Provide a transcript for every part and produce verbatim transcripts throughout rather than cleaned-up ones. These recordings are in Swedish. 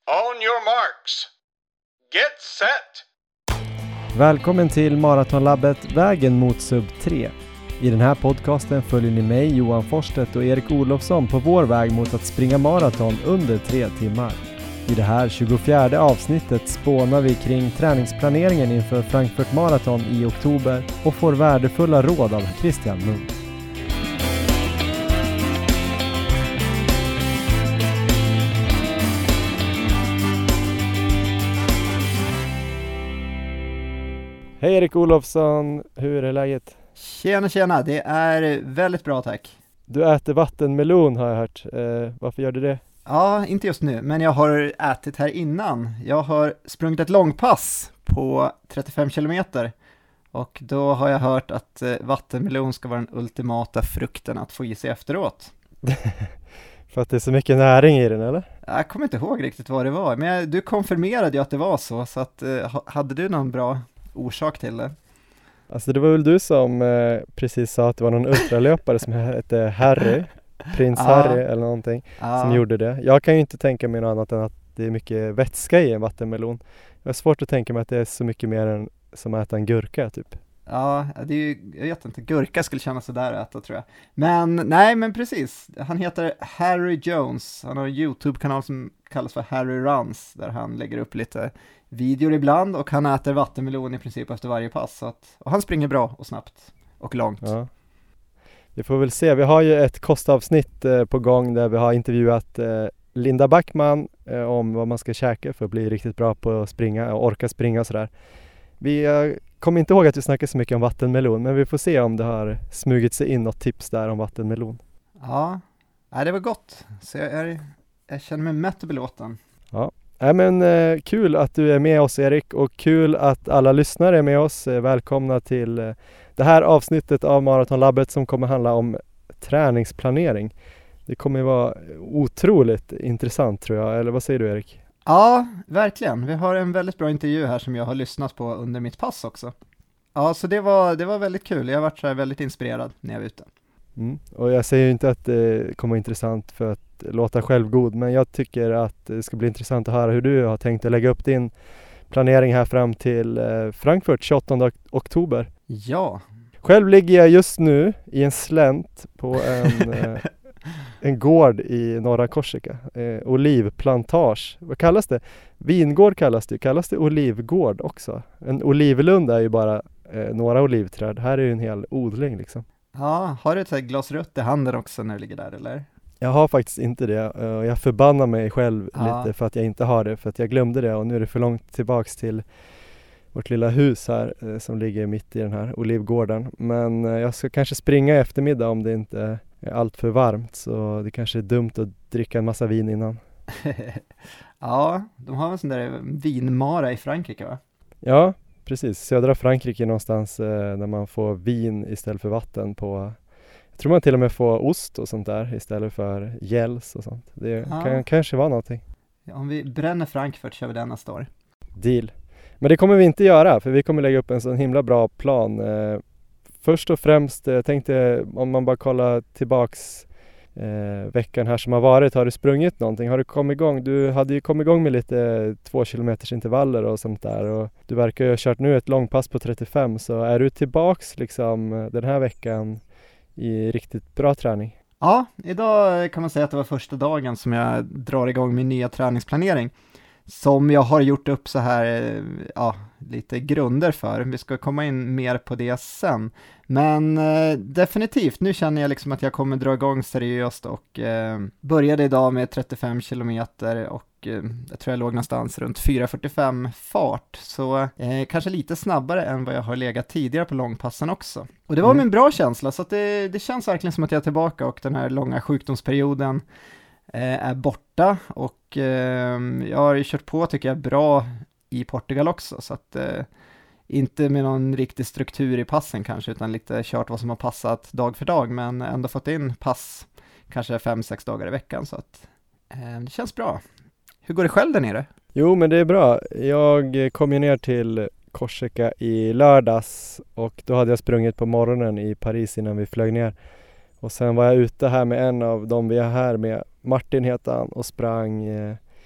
On your marks. Get set! Välkommen till Maratonlabbet Vägen mot sub tre. I den här podcasten följer ni mig, Johan Forsstedt och Erik Olofsson på vår väg mot att springa maraton under tre timmar. I det här tjugofjärde avsnittet spånar vi kring träningsplaneringen inför Frankfurt Marathon i oktober och får värdefulla råd av Christian Munt. Hej Erik Olofsson, hur är läget? Tjena tjena, det är väldigt bra tack. Du äter vattenmelon har jag hört, eh, varför gör du det? Ja, inte just nu, men jag har ätit här innan. Jag har sprungit ett långpass på trettiofem kilometer och då har jag hört att eh, vattenmelon ska vara den ultimata frukten att få i sig efteråt. För att det är så mycket näring i den, eller? Jag kommer inte ihåg riktigt vad det var, men jag, du konfirmerade ju att det var så, så att, eh, hade du någon bra orsak till det? Alltså det var väl du som eh, precis sa att det var någon ultralöpare som hette Harry, prins Ja. Harry eller någonting Ja. som gjorde det. Jag kan ju inte tänka mig något annat än att det är mycket vätska i en vattenmelon. Det är svårt att tänka mig att det är så mycket mer än som att äta en gurka typ. Ja, det är ju, jag vet inte, gurka skulle kännas sådär att äta tror jag. Men nej, men precis. Han heter Harry Jones. Han har en YouTube-kanal som kallas för Harry Runs, där han lägger upp lite videor ibland och han äter vattenmelon i princip efter varje pass. Så att, och han springer bra och snabbt och långt. Ja. Vi får väl se. Vi har ju ett kostavsnitt eh, på gång där vi har intervjuat eh, Linda Backman eh, om vad man ska käka för att bli riktigt bra på att springa och orka springa och sådär. Vi eh, kommer inte ihåg att vi snackar så mycket om vattenmelon, men vi får se om det har smugit sig in något tips där om vattenmelon. Ja, nej, det var gott. Så jag, är, jag känner mig mätt och belåten. Ja. Nej, men eh, kul att du är med oss Erik och kul att alla lyssnare är med oss. Eh, välkomna till eh, det här avsnittet av Maratonlabbet som kommer handla om träningsplanering. Det kommer vara otroligt intressant tror jag, eller vad säger du Erik? Ja, verkligen. Vi har en väldigt bra intervju här som jag har lyssnat på under mitt pass också. Ja, så det var, det var väldigt kul. Jag har varit så här väldigt inspirerad när jag var ute. Mm. Och jag säger ju inte att det kommer vara intressant för att låta självgod, men jag tycker att det ska bli intressant att höra hur du har tänkt att lägga upp din planering här fram till eh, Frankfurt tjugoåttonde oktober. Ja. Själv ligger jag just nu i en slänt på en, eh, en gård i norra Korsika, eh, olivplantage. Vad kallas det? Vingård kallas det, kallas det olivgård också. En olivlund är ju bara eh, några olivträd, här är ju en hel odling liksom. Ja, har du ett glas rött i handen också när du ligger där eller? Jag har faktiskt inte det och jag förbannar mig själv Ja. lite för att jag inte har det, för att jag glömde det och nu är det för långt tillbaks till vårt lilla hus här eh, som ligger mitt i den här olivgården. Men eh, jag ska kanske springa i eftermiddag om det inte är allt för varmt, så det kanske är dumt att dricka en massa vin innan. Ja, de har en sån där vinmara i Frankrike va? Ja, precis. Södra Frankrike någonstans eh, där man får vin istället för vatten på. Jag tror man till och med får ost och sånt där istället för gels och sånt. Det Ja. kan kanske vara någonting. Ja, om vi bränner Frankfurt kör vi den nästa år. Deal. Men det kommer vi inte göra, för vi kommer lägga upp en sån himla bra plan. Eh, först och främst, jag tänkte om man bara kollar tillbaks eh, veckan här som har varit. Har du sprungit någonting? Har du kommit igång? Du hade ju kommit igång med lite två kilometers intervaller och sånt där. Och du verkar ju ha kört nu ett långpass på trettiofem. Så är du tillbaks liksom den här veckan i riktigt bra träning? Ja, idag kan man säga att det var första dagen som jag drar igång min nya träningsplanering. Som jag har gjort upp så här, ja, lite grunder för. Vi ska komma in mer på det sen. Men eh, definitivt, nu känner jag liksom att jag kommer dra igång seriöst och eh, började idag med trettiofem kilometer och eh, jag tror jag låg någonstans runt fyra fyrtiofem fart. Så eh, kanske lite snabbare än vad jag har legat tidigare på långpassen också. Och det var Mm. min bra känsla, så att det, det känns verkligen som att jag är tillbaka och den här långa sjukdomsperioden är borta och eh, jag har ju kört på tycker jag bra i Portugal också, så att eh, inte med någon riktig struktur i passen kanske, utan lite kört vad som har passat dag för dag, men ändå fått in pass kanske fem, sex dagar i veckan, så att eh, det känns bra. Hur går det själv där nere? Jo, men det är bra. Jag kom ju ner till Korsika i lördags och då hade jag sprungit på morgonen i Paris innan vi flög ner. Och sen var jag ute här med en av dem vi är här med, Martin heter han, och sprang eh,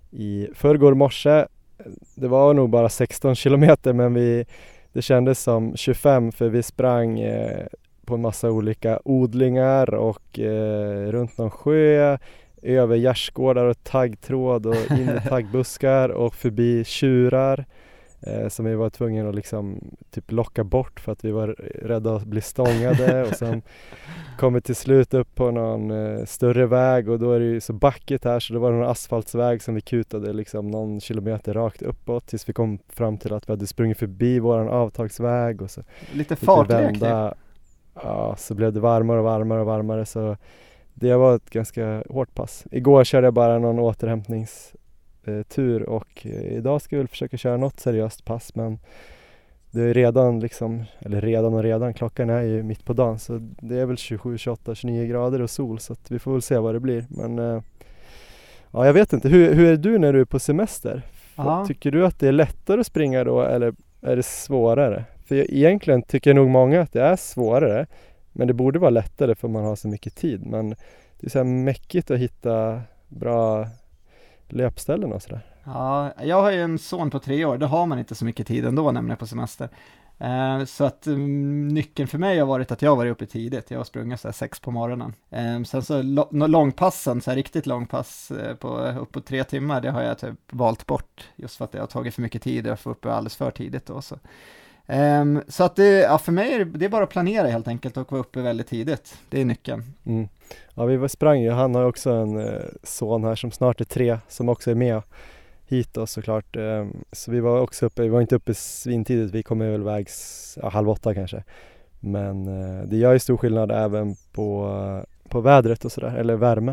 i förrgår morse. Det var nog bara sexton kilometer, men vi, det kändes som tjugofem för vi sprang eh, på en massa olika odlingar och eh, runt någon sjö, över gärdsgårdar och taggtråd och in i taggbuskar och förbi tjurar eh, som vi var tvungna att liksom typ locka bort för att vi var rädda att bli stångade. Och sen kom vi till slut upp på någon eh, större väg och då är det ju så backigt här, så det var någon asfaltsväg som vi kutade liksom någon kilometer rakt uppåt tills vi kom fram till att vi hade sprungit förbi våran avtagsväg och så lite fartlek. Ja, så blev det varmare och varmare och varmare, så det var ett ganska hårt pass. Igår körde jag bara någon återhämtningstur och idag ska vi väl försöka köra något seriöst pass, men det är redan liksom, eller redan och redan, klockan är ju mitt på dagen, så det är väl tjugosju, tjugoåtta, tjugonio grader och sol, så att vi får väl se vad det blir. Men äh, ja, jag vet inte, hur, hur är du när du är på semester? Aha. Tycker du att det är lättare att springa då eller är det svårare? För egentligen tycker nog många att det är svårare, men det borde vara lättare för man har så mycket tid. Men det är så här mäckigt att hitta bra löpställen och sådär. Ja, jag har ju en son på tre år, då har man inte så mycket tid ändå nämligen på semester. Eh, så att um, nyckeln för mig har varit att jag varit uppe tidigt. Jag har sprungit så här sex på morgonen. Eh, sen så lo- långpassen, så här riktigt långpass eh, på uppåt tre timmar, det har jag typ valt bort just för att det har tagit för mycket tid och jag får uppe alldeles för tidigt då. Så. Um, så att det, ja, för mig är det, det är bara att planera helt enkelt och vara uppe väldigt tidigt. Det är nyckeln. Mm. Ja, vi var sprang ju. Han har också en eh, son här som snart är tre, som också är med hit då såklart. Um, så vi var också uppe, vi var inte uppe svintidigt, vi kom väl vägs ja, halv åtta kanske. Men eh, det gör ju stor skillnad även på, på vädret och sådär, eller värmen.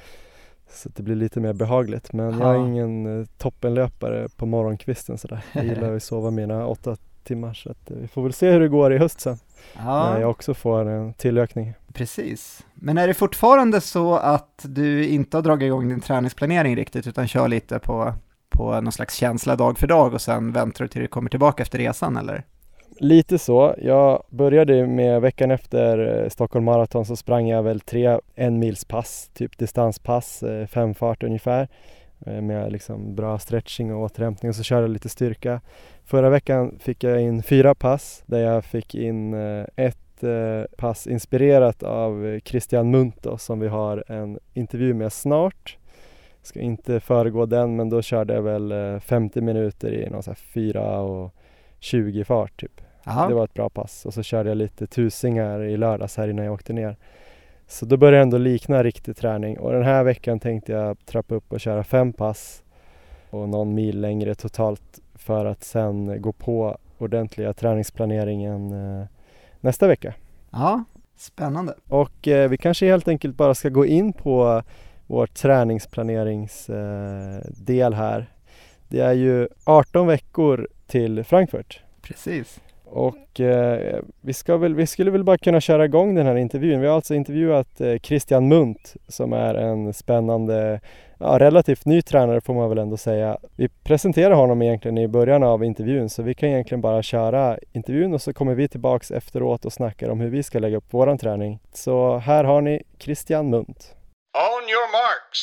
Så det blir lite mer behagligt. Men ja. Jag är ingen eh, toppenlöpare på morgonkvisten sådär. Jag gillar att sova mina åtta timmar, så att vi får väl se hur det går i höst sen. Ja. När jag också får en tillökning. Precis. Men är det fortfarande så att du inte har dragit igång din träningsplanering riktigt utan kör lite på, på någon slags känsla dag för dag och sen väntar du till du kommer tillbaka efter resan, eller? Lite så. Jag började med veckan efter Stockholm Marathon, så sprang jag väl tre en mils pass, typ distanspass, fem fart ungefär. Med liksom bra stretching och återhämtning, och så körde jag lite styrka. Förra veckan fick jag in fyra pass där jag fick in ett pass inspirerat av Christian Munt då, som vi har en intervju med snart. Ska inte föregå den, men då körde jag väl femtio minuter i någon så här fyra och tjugo fart typ. Aha. Det var ett bra pass, och så körde jag lite tusingar i lördags här innan jag åkte ner. Så då började jag ändå likna riktig träning, och den här veckan tänkte jag trappa upp och köra fem pass och någon mil längre totalt för att sen gå på ordentliga träningsplaneringen eh, nästa vecka. Ja, spännande. Och eh, vi kanske helt enkelt bara ska gå in på vår träningsplaneringsdel eh, här. Det är ju arton veckor till Frankfurt. Precis. Och eh, vi, ska väl, vi skulle väl bara kunna köra igång den här intervjun. Vi har alltså intervjuat eh, Christian Munt, som är en spännande, ja, relativt ny tränare får man väl ändå säga. Vi presenterar honom egentligen i början av intervjun, så vi kan egentligen bara köra intervjun och så kommer vi tillbaks efteråt och snackar om hur vi ska lägga upp våran träning. Så här har ni Christian Munt. On your marks.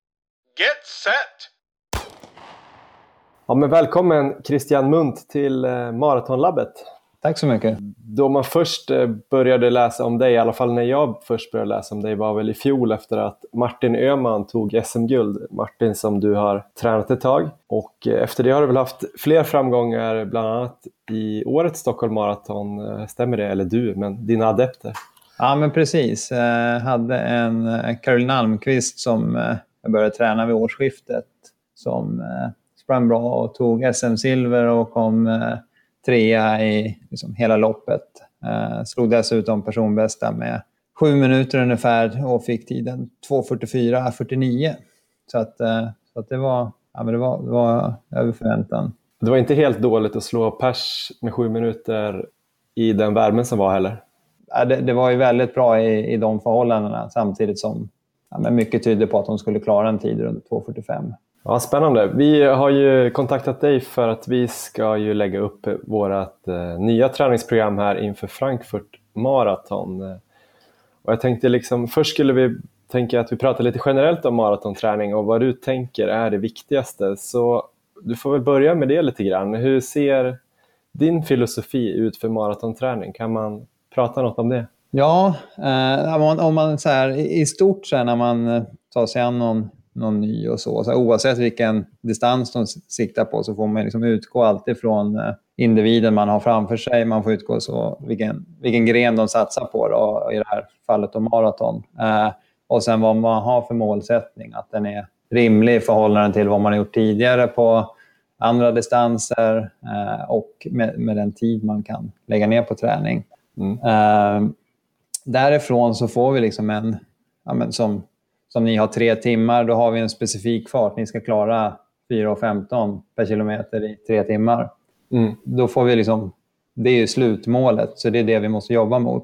Get set! Ja, men välkommen Christian Munt till eh, Maratonlabbet. Tack så mycket. Då man först eh, började läsa om dig, i alla fall när jag först började läsa om dig, var väl i fjol efter att Martin Öhman tog S M-guld. Martin som du har tränat ett tag. Och eh, efter det har du väl haft fler framgångar, bland annat i årets Stockholm Marathon. Eh, stämmer det? Eller du, men dina adepter. Ja, men precis. Jag hade en Caroline Almqvist som jag började träna vid årsskiftet, som sprang bra och tog S M-silver och kom trea i liksom hela loppet. Slog dessutom personbästa med sju minuter ungefär och fick tiden två fyrtiofyra fyrtionio. Så att, så att det var, ja, men det var, det var över förväntan. Det var inte helt dåligt att slå pers med sju minuter i den värmen som var heller. Ja, det, det var ju väldigt bra i, i de förhållandena, samtidigt som ja, men mycket tydde på att de skulle klara en tid runt två fyrtiofem. Ja, spännande. Vi har ju kontaktat dig för att vi ska ju lägga upp vårt eh, nya träningsprogram här inför Frankfurt Marathon. Och jag tänkte liksom, först skulle vi tänker att vi pratar lite generellt om maratonträning och vad du tänker är det viktigaste. Så du får väl börja med det lite grann. Hur ser din filosofi ut för maratonträning? Kan man prata något om det? Ja, eh, om man, om man så här, i stort så här, när man tar sig an någon, någon ny och så, så här, oavsett vilken distans de siktar på så får man liksom utgå alltid från eh, individen man har framför sig. Man får utgå så vilken, vilken gren de satsar på då, i det här fallet om maraton. Eh, och sen vad man har för målsättning, att den är rimlig i förhållande till vad man har gjort tidigare på andra distanser eh, och med, med den tid man kan lägga ner på träning. Mm. Eh, därifrån så får vi liksom en, ja, men som, som ni har tre timmar, då har vi en specifik fart. Ni ska klara fyra femton per kilometer i tre timmar. Mm. Då får vi liksom, det är ju slutmålet, så det är det vi måste jobba mot.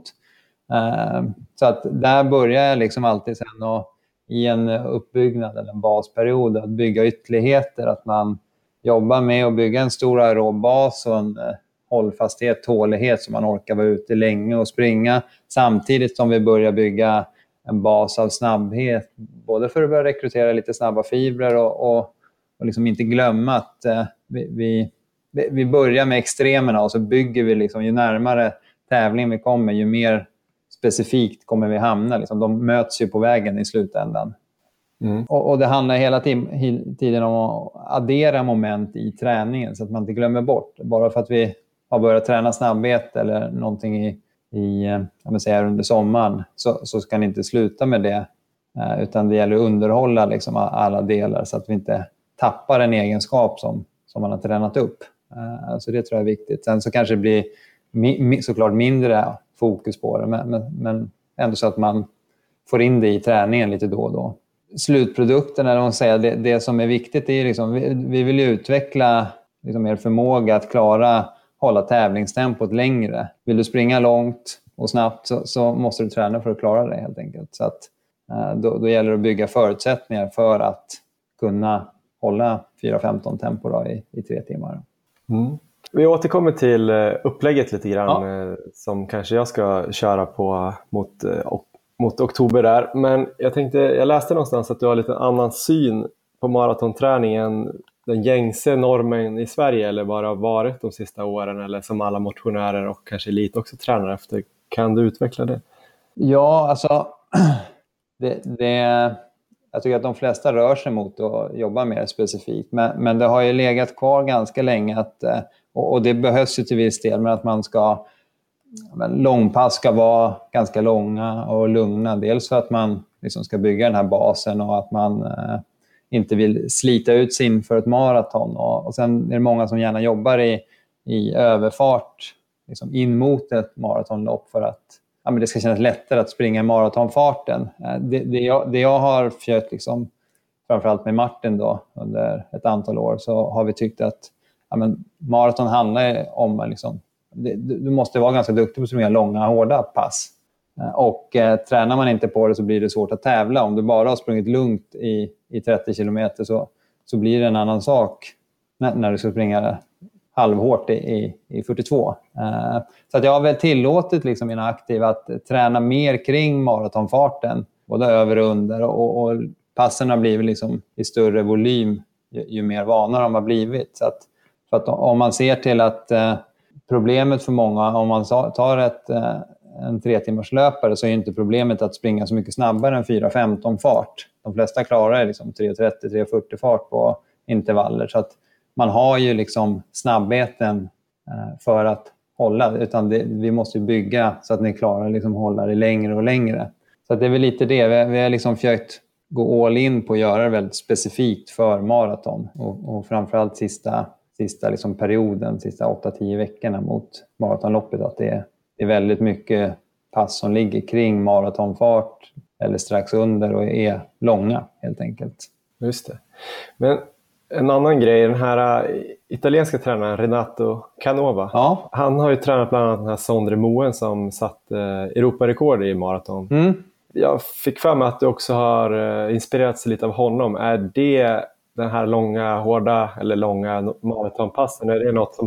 Eh, så att där börjar jag liksom alltid sen och i en uppbyggnad eller en basperiod att bygga ytterligheter, att man jobbar med att bygga en stor aerob bas och en eh, hållfasthet, tålighet så man orkar vara ute länge och springa, samtidigt som vi börjar bygga en bas av snabbhet, både för att börja rekrytera lite snabba fibrer och, och, och liksom inte glömma att eh, vi, vi, vi börjar med extremerna och så bygger vi liksom, ju närmare tävling vi kommer, ju mer specifikt kommer vi hamna. Liksom, de möts ju på vägen i slutändan. Mm. Och, och det handlar hela tiden om att addera moment i träningen så att man inte glömmer bort. Bara för att vi har börjat träna snabbhet eller någonting i, i jag vill säga, under sommaren så, så ska ni inte sluta med det. Eh, utan det gäller att underhålla liksom alla delar så att vi inte tappar en egenskap som, som man har tränat upp. Eh, så det tror jag är viktigt. Sen så kanske det blir mi, mi, såklart mindre fokus på det, men, men, men ändå så att man får in det i träningen lite då och då. Slutprodukten, eller vad man säger, det, det som är viktigt är liksom, vi, vi vill utveckla liksom er förmåga att klara, hålla tävlingstempot längre. Vill du springa långt och snabbt så, så måste du träna för att klara det helt enkelt. Så att, då, då gäller det att bygga förutsättningar för att kunna hålla fyra femton tempo då i, i tre timmar. Mm. Vi återkommer till upplägget lite grann, ja. Som kanske jag ska köra på mot, mot oktober där. Men jag tänkte, jag läste någonstans att du har lite annan syn på maratonträningen, den gängse normen i Sverige, eller bara varit de sista åren, eller som alla motionärer och kanske elit också tränar efter. Kan du utveckla det? Ja, alltså det, det, jag tycker att de flesta rör sig mot att jobba mer specifikt, men, men det har ju legat kvar ganska länge att, och, och det behövs ju till viss del, men att man ska, men långpass ska vara ganska långa och lugna, dels för att man liksom ska bygga den här basen och att man eh, inte vill slita ut sin för ett maraton, och, och sen är det många som gärna jobbar i, i överfart liksom in mot ett maratonlopp för att ja, men det ska kännas lättare att springa i maratonfarten. Det, det, jag, det jag har försökt, liksom, framförallt med Martin då, under ett antal år, så har vi tyckt att ja, men maraton handlar om liksom, det, du måste vara ganska duktig på att springa långa, hårda pass. Och eh, tränar man inte på det så blir det svårt att tävla. Om du bara har sprungit lugnt i, i trettio kilometer så, så blir det en annan sak när, när du ska springa halvhårt i, i, i fyrtiotvå. Eh, så att jag har väl tillåtit liksom mina aktiva att träna mer kring maratonfarten, både över och under, och, och passen har blivit liksom i större volym ju, ju mer vana de har blivit. Så att, för att om man ser till att eh, problemet för många, om man tar ett, eh, en tre timmars löpare, så är inte problemet att springa så mycket snabbare än fyra femton fart. De flesta klarar liksom tre trettio tre fyrtio fart på intervaller, så att man har ju liksom snabbheten eh, för att hålla, utan det, vi måste bygga så att ni klarar liksom hålla det längre och längre. Så att det är väl lite det, vi, vi har liksom försökt gå all in på att göra det väldigt specifikt för maraton, och, och framförallt sista, sista liksom perioden, sista åtta tio veckorna mot maratonloppet, att det är, det är väldigt mycket pass som ligger kring maratonfart eller strax under och är långa helt enkelt. Just det. Men en annan grej, den här italienska tränaren Renato Canova, ja. Han har ju tränat bland annat den här Sondre Moen som satt eh, Europarekord i maraton. Mm. Jag fick för mig att du också har eh, inspirerats lite av honom. Är det den här långa, hårda eller långa maratonpassen, är det något som han har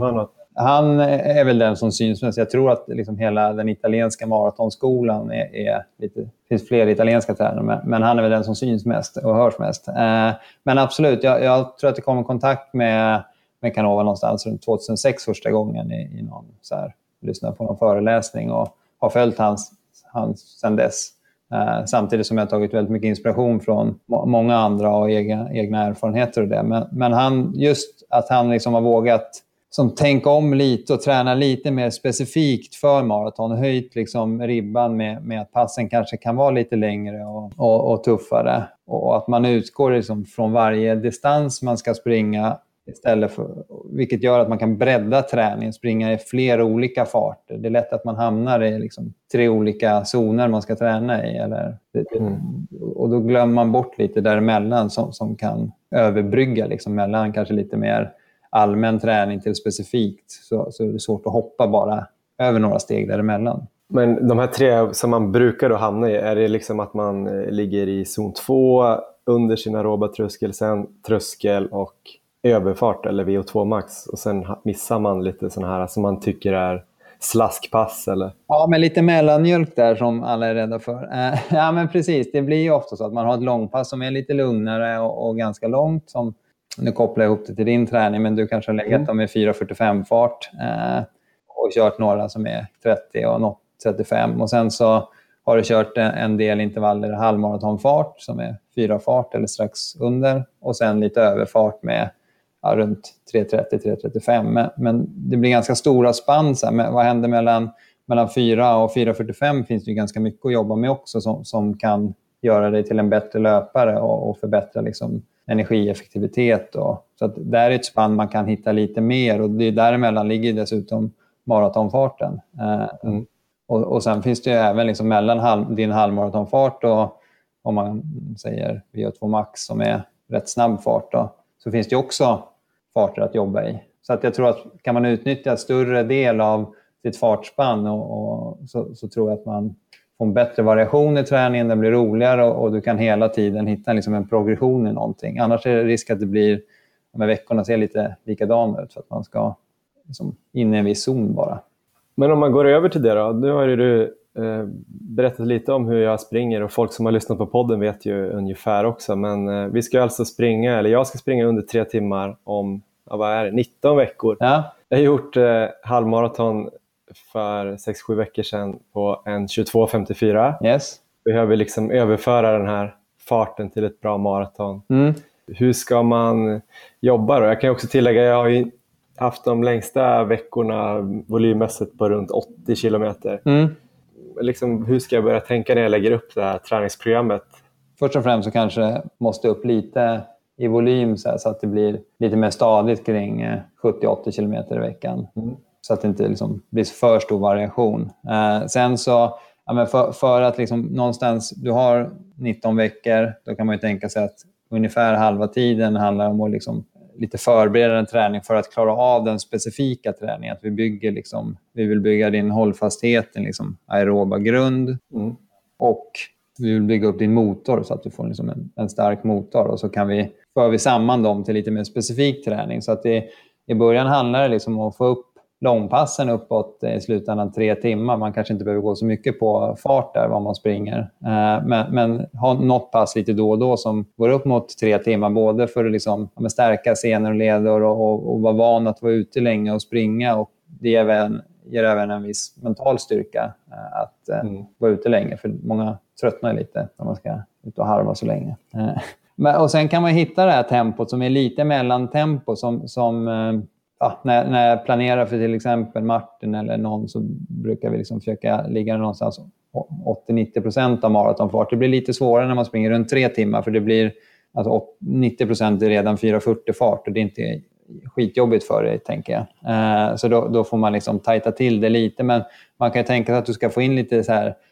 Han är väl den som syns mest. Jag tror att liksom hela den italienska maratonskolan är, är lite, det finns fler italienska tränare, men han är väl den som syns mest och hörs mest. Eh, men absolut, jag, jag tror att det kom i kontakt med, med Canova någonstans runt tjugohundrasex första gången i, i någon så här, lyssnade på någon föreläsning och har följt hans, hans sedan dess. Eh, samtidigt som jag har tagit väldigt mycket inspiration från må- många andra och egna, egna erfarenheter och det. Men, men han, just att han liksom har vågat som tänka om lite och träna lite mer specifikt för maraton och höjt liksom ribban med, med att passen kanske kan vara lite längre och, och, och tuffare. Och att man utgår liksom från varje distans man ska springa istället för, vilket gör att man kan bredda träningen, springa i flera olika farter. Det är lätt att man hamnar i liksom tre olika zoner man ska träna i. Eller, mm. Och då glömmer man bort lite däremellan som, som kan överbrygga liksom mellan kanske lite mer allmän träning till specifikt. Så, så är det svårt att hoppa bara över några steg däremellan. Men de här tre som man brukar då hamna i, är det liksom att man ligger i zon två under sin aeroba tröskel, sen tröskel och överfart eller V O två max, och sen missar man lite sådana här som man tycker är slaskpass eller? Ja, men lite mellanmjölk där som alla är rädda för. Eh, ja, men precis. Det blir ju ofta så att man har ett långpass som är lite lugnare och, och ganska långt. Som, nu kopplar jag ihop det till din träning, men du kanske har legat mm. dem i fyra fyrtiofem fart eh, och kört några som är trettio och något trettiofem. Och sen så har du kört en, en del intervaller halvmaratonfart som är fyra fart eller strax under. Och sen lite överfart med ja, runt tre trettio till tre trettiofem. Men, men det blir ganska stora spann. Så här. Men vad händer mellan, mellan fyra och fyra fyrtiofem finns det ju ganska mycket att jobba med också som, som kan göra dig till en bättre löpare och, och förbättra liksom energieffektivitet. Och, så att där är ett spann man kan hitta lite mer, och det däremellan ligger dessutom maratonfarten. Mm. Och, och sen finns det ju även liksom mellan halv, din halvmaratonfart och om man säger V O två max som är rätt snabb fart då, så finns det också farter att jobba i. Så att jag tror att kan man utnyttja en större del av sitt fartspann och, och så, så tror jag att man får en bättre variation i träningen, den blir roligare och, och du kan hela tiden hitta liksom en progression i någonting. Annars är det risk att det blir, med veckorna ser lite likadana ut för att man ska liksom in i en viss zon bara. Men om man går över till det då, nu har ju du eh, berättat lite om hur jag springer och folk som har lyssnat på podden vet ju ungefär också. Men eh, vi ska alltså springa, eller jag ska springa under tre timmar om, ja, vad är det, nitton veckor. Ja. Jag har gjort eh, halvmaraton för sex sju veckor sedan på en tjugotvå femtiofyra. Yes. Behöver liksom överföra den här farten till ett bra maraton. Mm. Hur ska man jobba då? Jag kan också tillägga, jag har ju haft de längsta veckorna volymmässigt på runt åttio kilometer. Mm. Liksom, hur ska jag börja tänka när jag lägger upp det här träningsprogrammet? Först och främst så kanske måste upp lite i volym så, här, så att det blir lite mer stadigt kring sjuttio åttio kilometer i veckan. Mm. Så att det inte liksom blir för stor variation. Eh, sen så, ja, men för, för att liksom någonstans, du har nitton veckor, då kan man ju tänka sig att ungefär halva tiden handlar om att liksom lite förbereda en träning för att klara av den specifika träningen. Att vi bygger liksom, vi vill bygga din hållfasthet, en liksom aeroba grund. Mm. Och vi vill bygga upp din motor så att du får liksom en, en stark motor. Och så kan vi, för vi samman dem till lite mer specifik träning. Så att det, i början handlar det liksom om att få upp långpassen uppåt i slutändan tre timmar. Man kanske inte behöver gå så mycket på fart där vad man springer. Men, men ha något pass lite då och då som går upp mot tre timmar. Både för att liksom, ja, stärka senor och leder och, och, och vara van att vara ute länge och springa. Och det ger även, ger även en viss mental styrka att mm. vara ute länge. För många tröttnar lite när man ska ut och harva så länge. Men, och sen kan man hitta det här tempot som är lite mellantempo som... som Ja, när, när jag planerar för till exempel Martin eller någon så brukar vi liksom försöka ligga någonstans åttio till nittio procent av maratonfart. Det blir lite svårare när man springer runt tre timmar för det blir alltså nittio procent är redan fyra fyrtio fart och det är inte skitjobbigt för dig, tänker jag. Eh, så då, då får man liksom tajta till det lite, men man kan ju tänka sig att du ska få in lite så här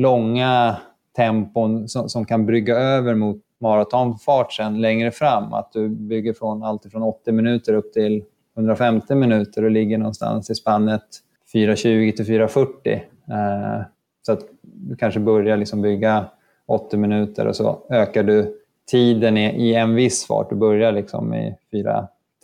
långa tempon som, som kan brygga över mot maratonfart sen längre fram. Att du bygger från allt från åttio minuter upp till hundrafemtio minuter och ligger någonstans i spannet fyra tjugo till fyra fyrtio. Eh, så att du kanske börjar liksom bygga åttio minuter och så ökar du tiden i, i en viss fart. Du börjar liksom i fyra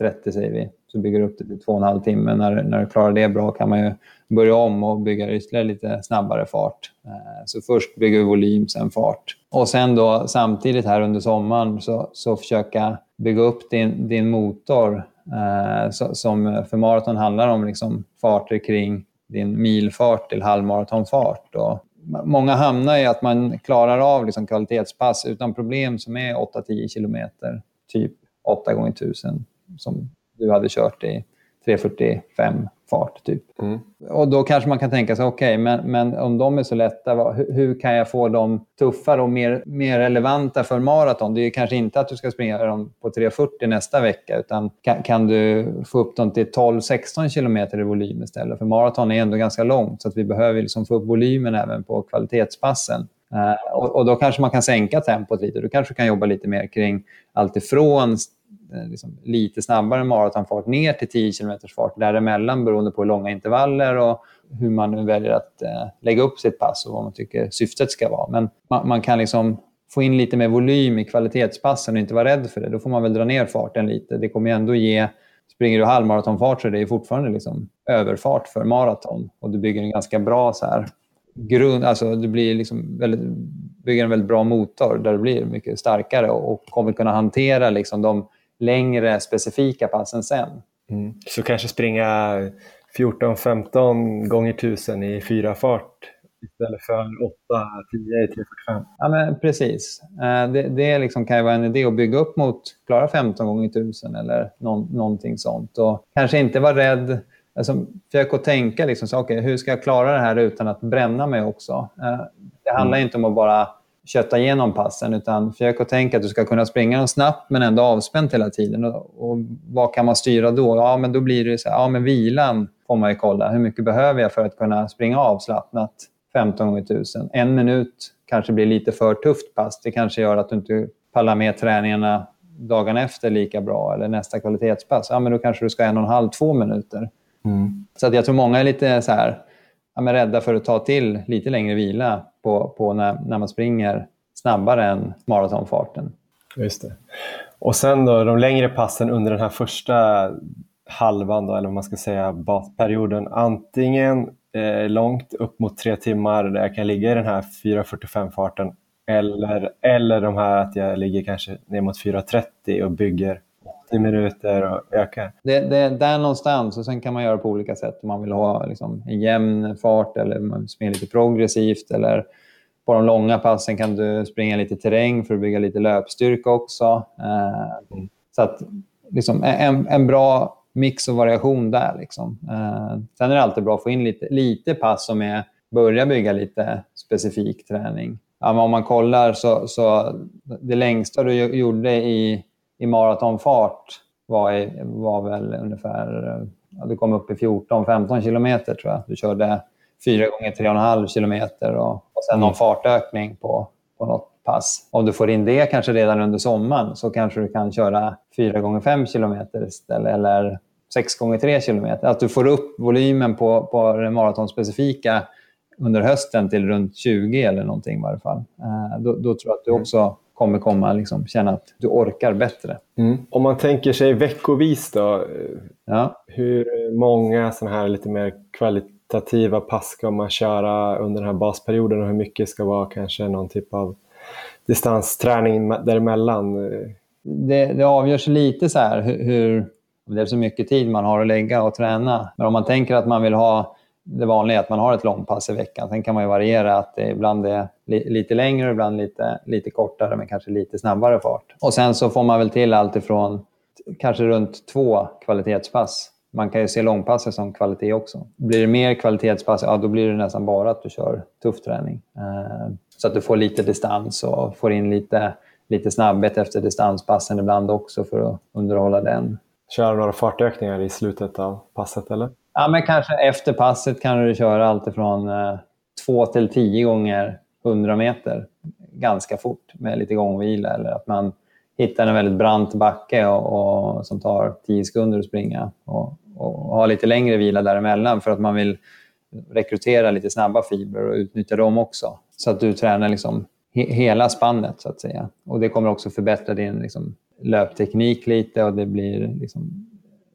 trettio säger vi. Så bygger du upp det till två och en halv timme. När, när du klarar det bra kan man ju börja om och bygga ytterligare lite snabbare fart. Så först bygger vi volym, sen fart. Och sen då samtidigt här under sommaren så, så försöka bygga upp din, din motor eh, så, som för maraton handlar om liksom farter kring din milfart till halvmaratonfart. Och många hamnar i att man klarar av liksom kvalitetspass utan problem som är åtta till tio kilometer, typ åtta gånger tusen som du hade kört i tre fyrtiofem fart typ. Mm. Och då kanske man kan tänka sig, okej, okay, men, men om de är så lätta, vad, hur, hur kan jag få dem tuffare och mer, mer relevanta för maraton? Det är kanske inte att du ska springa dem på tre fyrtio nästa vecka, utan kan, kan du få upp dem till tolv sexton kilometer i volym istället? För maraton är ändå ganska långt, så att vi behöver liksom få upp volymen även på kvalitetspassen. Uh, och, och då kanske man kan sänka tempot lite. Du kanske kan jobba lite mer kring allt ifrån liksom lite snabbare maratonfart ner till tio kilometers fart däremellan, beroende på hur långa intervaller och hur man nu väljer att eh, lägga upp sitt pass och vad man tycker syftet ska vara. Men man, man kan liksom få in lite mer volym i kvalitetspassen och inte vara rädd för det. Då får man väl dra ner farten lite. Det kommer ju ändå ge, springer du halvmaratonfart så är det fortfarande liksom överfart för maraton, och du bygger en ganska bra så här grund, alltså du blir liksom väldigt, bygger en väldigt bra motor där du blir mycket starkare och, och kommer kunna hantera liksom de längre specifika passen sen. Mm. Så kanske springa fjorton femton gånger tusen i fyra fart istället för åtta tio i tre fyrtiofem. Ja, men precis. Det, det liksom kan ju vara en idé att bygga upp mot klara femton gånger tusen eller någon, någonting sånt. Och kanske inte vara rädd. Alltså, försök att tänka liksom, så, okay, hur ska jag klara det här utan att bränna mig också? Det handlar mm. inte om att bara kötta igenom passen, utan försök att tänka att du ska kunna springa dem snabbt men ändå avspänt hela tiden. Och, och vad kan man styra då? Ja, men då blir det så här, ja, men vilan får man ju kolla. Hur mycket behöver jag för att kunna springa avslappnat femton gånger tusen? En minut kanske blir lite för tufft pass. Det kanske gör att du inte pallar med träningarna dagen efter lika bra, eller nästa kvalitetspass. Ja, men då kanske du ska en och en halv, två minuter. Mm. Så att jag tror många är lite så här, ja, men rädda för att ta till lite längre vila på, på när, när man springer snabbare än maratonfarten. Just det. Och sen då de längre passen under den här första halvan då, eller vad man ska säga, basperioden, antingen eh, långt upp mot tre timmar där jag kan ligga i den här fyra fyrtiofem farten, eller, eller de här att jag ligger kanske ner mot fyra trettio och bygger åttio minuter och ökar. Det, det är där någonstans, och sen kan man göra på olika sätt. Om man vill ha liksom en jämn fart eller man springer lite progressivt, eller på de långa passen kan du springa lite terräng för att bygga lite löpstyrka också. Eh, mm. Så att liksom en, en bra mix och variation där. Liksom. Eh, sen är det alltid bra att få in lite, lite pass som är börja bygga lite specifik träning. Ja, men om man kollar så, så det längsta du gjorde i i maratonfart var, i, var väl ungefär, ja, du kom upp i fjorton femton kilometer tror jag. Du körde fyra gånger tre och en halv kilometer och, och sen någon fartökning på, på något pass. Om du får in det kanske redan under sommaren, så kanske du kan köra fyra gånger fem kilometer istället, eller sex gånger tre kilometer. Att du får upp volymen på, på det maratonspecifika under hösten till runt tjugo eller någonting i varje fall. Eh, då, då tror jag att du också kommer komma liksom, känna att du orkar bättre. Mm. Om man tänker sig veckovis då, ja. Hur många sådana här lite mer kvalitativa pass ska man köra under den här basperioden, och hur mycket ska vara kanske någon typ av distansträning däremellan? Det, det avgörs lite så här hur, hur det är så mycket tid man har att lägga och träna. Men om man tänker att man vill ha det vanliga, att man har ett långpass i veckan. Sen kan man ju variera, att det ibland är li- lite längre, ibland lite, lite kortare, men kanske lite snabbare fart. Och sen så får man väl till allt ifrån kanske runt två kvalitetspass. Man kan ju se långpasset som kvalitet också. Blir det mer kvalitetspass, ja, då blir det nästan bara att du kör tuff träning. Eh, så att du får lite distans och får in lite, lite snabbhet efter distanspassen ibland också för att underhålla den. Kör några fartökningar i slutet av passet eller? Ja, men kanske efter passet kan du köra allt ifrån eh, två till tio gånger hundra meter ganska fort med lite gångvila, eller att man hittar en väldigt brant backe och, och som tar tio sekunder att springa och, och ha lite längre vila däremellan för att man vill rekrytera lite snabba fibrer och utnyttja dem också, så att du tränar liksom he- hela spannet så att säga. Och det kommer också förbättra din liksom löpteknik lite, och det blir liksom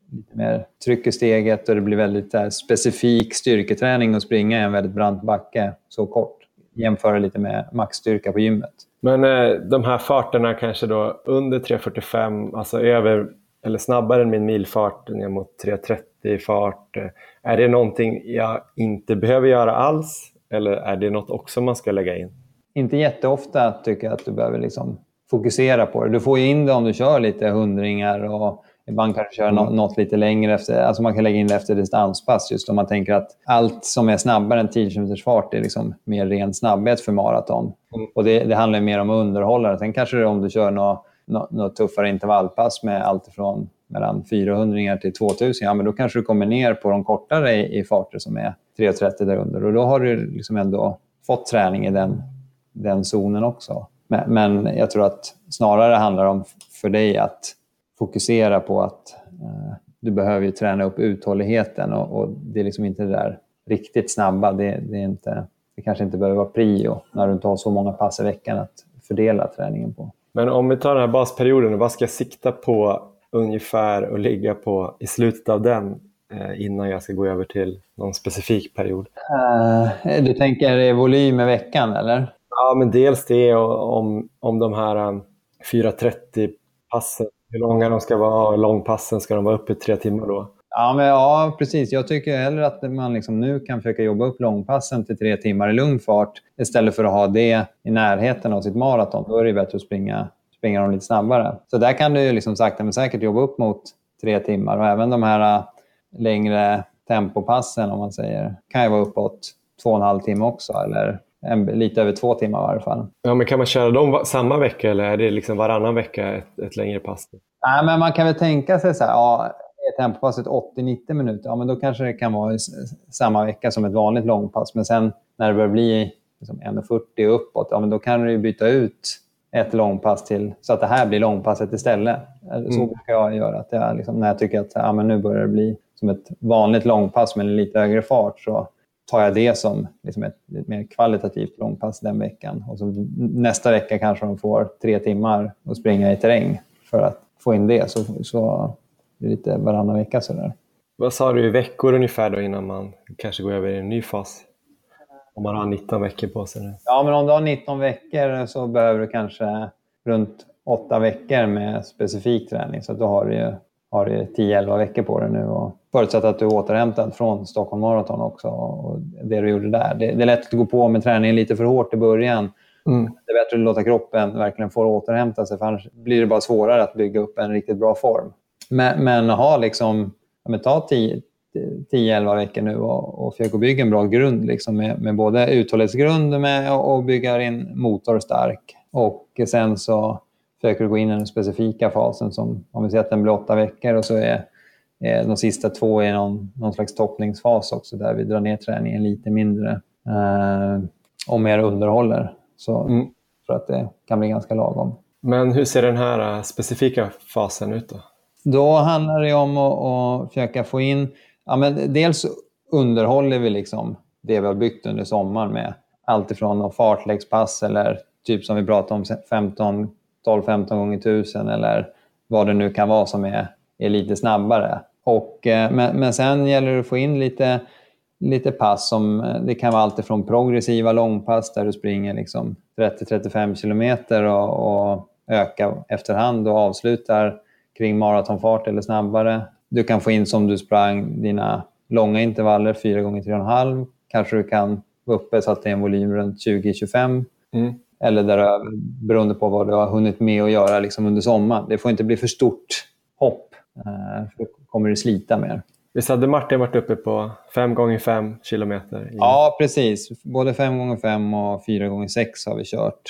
lite mer tryck i steget och det blir väldigt här, specifik styrketräning att springa i en väldigt brant backe så kort. Jämföra lite med maxstyrka på gymmet. Men eh, de här farterna kanske då under tre fyrtiofem, alltså över eller snabbare än min milfart ner mot tre trettio fart. Är det någonting jag inte behöver göra alls eller är det något också man ska lägga in? Inte jätteofta tycker jag att du behöver liksom fokusera på det. Du får ju in det om du kör lite hundringar och ibland kanske köra mm. något lite längre efter. Alltså man kan lägga in det efter distanspass just om man tänker att allt som är snabbare än tio kilometers fart är liksom mer ren snabbhet för maraton. Mm. Och det, det handlar mer om underhållare. Sen kanske det om du kör något, något, något tuffare intervallpass med allt ifrån mellan fyrahundra till tvåtusen. Ja, men då kanske du kommer ner på de kortare i, i farter som är tre trettio där under. Och då har du liksom ändå fått träning i den, den zonen också. Men, men jag tror att snarare handlar om för dig att fokusera på att eh, du behöver ju träna upp uthålligheten och, och det är liksom inte det där riktigt snabba. Det, det, är inte, det kanske inte behöver vara prio när du inte har så många pass i veckan att fördela träningen på. Men om vi tar den här basperioden, vad ska jag sikta på ungefär och ligga på i slutet av den eh, innan jag ska gå över till någon specifik period? Uh, du tänker volym i veckan eller? Ja, men dels det och om, om de här um, fyra trettio passen, hur långa de ska vara, långpassen ska de vara uppe i tre timmar då? Ja, men ja, precis. Jag tycker hellre att man liksom nu kan försöka jobba upp långpassen till tre timmar i lugn fart istället för att ha det i närheten av sitt maraton. Då är det bättre att springa, springa dem lite snabbare. Så där kan du ju liksom sakta men säkert jobba upp mot tre timmar och även de här längre tempopassen om man säger kan ju vara uppåt två och en halv timme också eller en, lite över två timmar i varje fall. Ja, men kan man köra dem samma vecka eller är det liksom varannan vecka ett, ett längre pass? Nej, men man kan väl tänka sig så här, ja, är tempopasset åttio nittio minuter, ja men då kanske det kan vara samma vecka som ett vanligt långpass. Men sen när det börjar bli liksom en fyrtio uppåt, ja men då kan du ju byta ut ett långpass till så att det här blir långpasset istället. Mm. Så brukar jag göra, att jag liksom, när jag tycker att ja, men nu börjar det bli som ett vanligt långpass med en lite högre fart så tar jag det som liksom ett lite mer kvalitativt långpass den veckan. Och så nästa vecka kanske de får tre timmar att springa i terräng för att få in det. Så, så det är lite varannan vecka sådär. Vad sa du i veckor ungefär då innan man kanske går över i en ny fas? Om man har nitton veckor på sig nu. Ja, men om du har nitton veckor så behöver du kanske runt åtta veckor med specifik träning. Så då har du ju har du tio elva veckor på det nu. Och förutsatt att du är återhämtad från Stockholm Marathon också. Och det du gjorde där. Det, det är lätt att gå på med träningen lite för hårt i början. Mm. Det är bättre att låta kroppen verkligen få återhämta sig. För annars blir det bara svårare att bygga upp en riktigt bra form. Men, men ha liksom, ja, men ta tio elva veckor nu och, och försöka bygga en bra grund liksom med, med både uthållighetsgrund med och, och bygga in motor stark. Och sen så försöker du gå in i den specifika fasen som om vi säger att den blir åtta veckor och så är, är de sista två i någon, någon slags toppningsfas också där vi drar ner träningen lite mindre eh, och mer underhåller. Så mm. för att det kan bli ganska lagom. Men hur ser den här specifika fasen ut då? Då handlar det om att, att försöka få in, ja men dels underhåller vi liksom det vi har byggt under sommaren med allt ifrån någon fartläggspass eller typ som vi pratade om femton tolv femton gånger tusen eller vad det nu kan vara som är, är lite snabbare. Och, men, men sen gäller det att få in lite, lite pass som det kan vara allt ifrån progressiva långpass där du springer liksom trettio till trettiofem kilometer och, och ökar efterhand och avslutar kring maratonfart eller snabbare. Du kan få in som du sprang dina långa intervaller fyra gånger tre och en halv. Kanske du kan vara uppe så att det är en volym runt tjugo till tjugofem. Mm. Eller däröver, beroende på vad du har hunnit med att göra liksom under sommaren. Det får inte bli för stort hopp. För då kommer det slita mer. Visst hade Martin varit uppe på fem gånger fem kilometer? I... Ja, precis. Både fem gånger fem och fyra gånger sex har vi kört.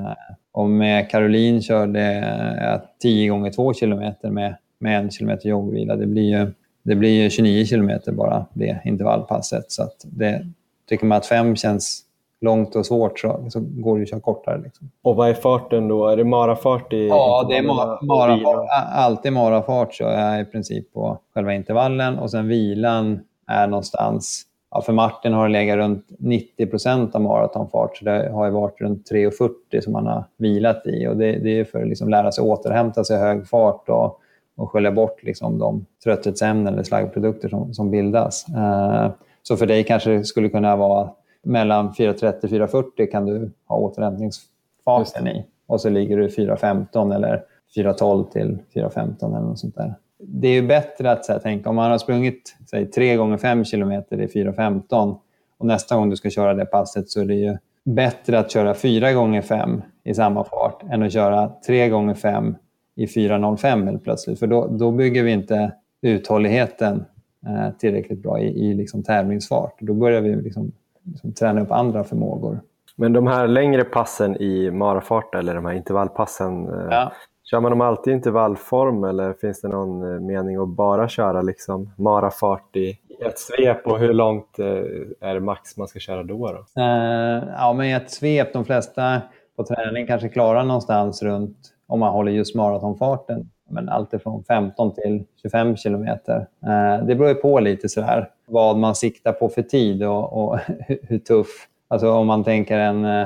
Och med Caroline körde jag tio gånger två kilometer med, med en kilometer joggvila. Det blir ju, det blir ju tjugonio kilometer bara det intervallpasset. Så att det, tycker man att fem känns långt och svårt så, så går det ju att köra kortare. Liksom. Och vad är farten då? Är det marafart? I ja, det är ma- marafart. Alltid marafart så är jag i princip på själva intervallen. Och sen vilan är någonstans, ja, för Martin har det legat runt nittio procent av maratonfart. Så det har ju varit runt tre fyrtio som man har vilat i. Och det, det är för att liksom lära sig återhämta sig i hög fart och, och skölja bort liksom de trötthetsämnen eller slaggprodukter som, som bildas. Eh, så för dig kanske det skulle kunna vara mellan fyra trettio och fyra fyrtio kan du ha återhämtningsfasen i. Och så ligger du fyra femton eller fyra tolv till fyra femton eller något sånt där. Det är ju bättre att så här, tänka om man har sprungit säg, tre gånger fem kilometer i fyra femton och nästa gång du ska köra det passet så är det ju bättre att köra fyra gånger fem i samma fart än att köra tre gånger fem i fyra noll fem helt plötsligt. För då, då bygger vi inte uthålligheten eh, tillräckligt bra i, i liksom tävlingsfart. Då börjar vi liksom, liksom träna upp andra förmågor. Men de här längre passen i marafart eller de här intervallpassen, ja. Kör man dem alltid i intervallform eller finns det någon mening att bara köra liksom marafart i ett svep och hur långt är det max man ska köra då? då? Uh, ja, men i ett svep, de flesta på träning kanske klarar någonstans runt, om man håller just maratonfarten, men allt från femton till tjugofem kilometer. Uh, det beror ju på lite sådär vad man siktar på för tid och, och hur tuff. Alltså om man tänker en...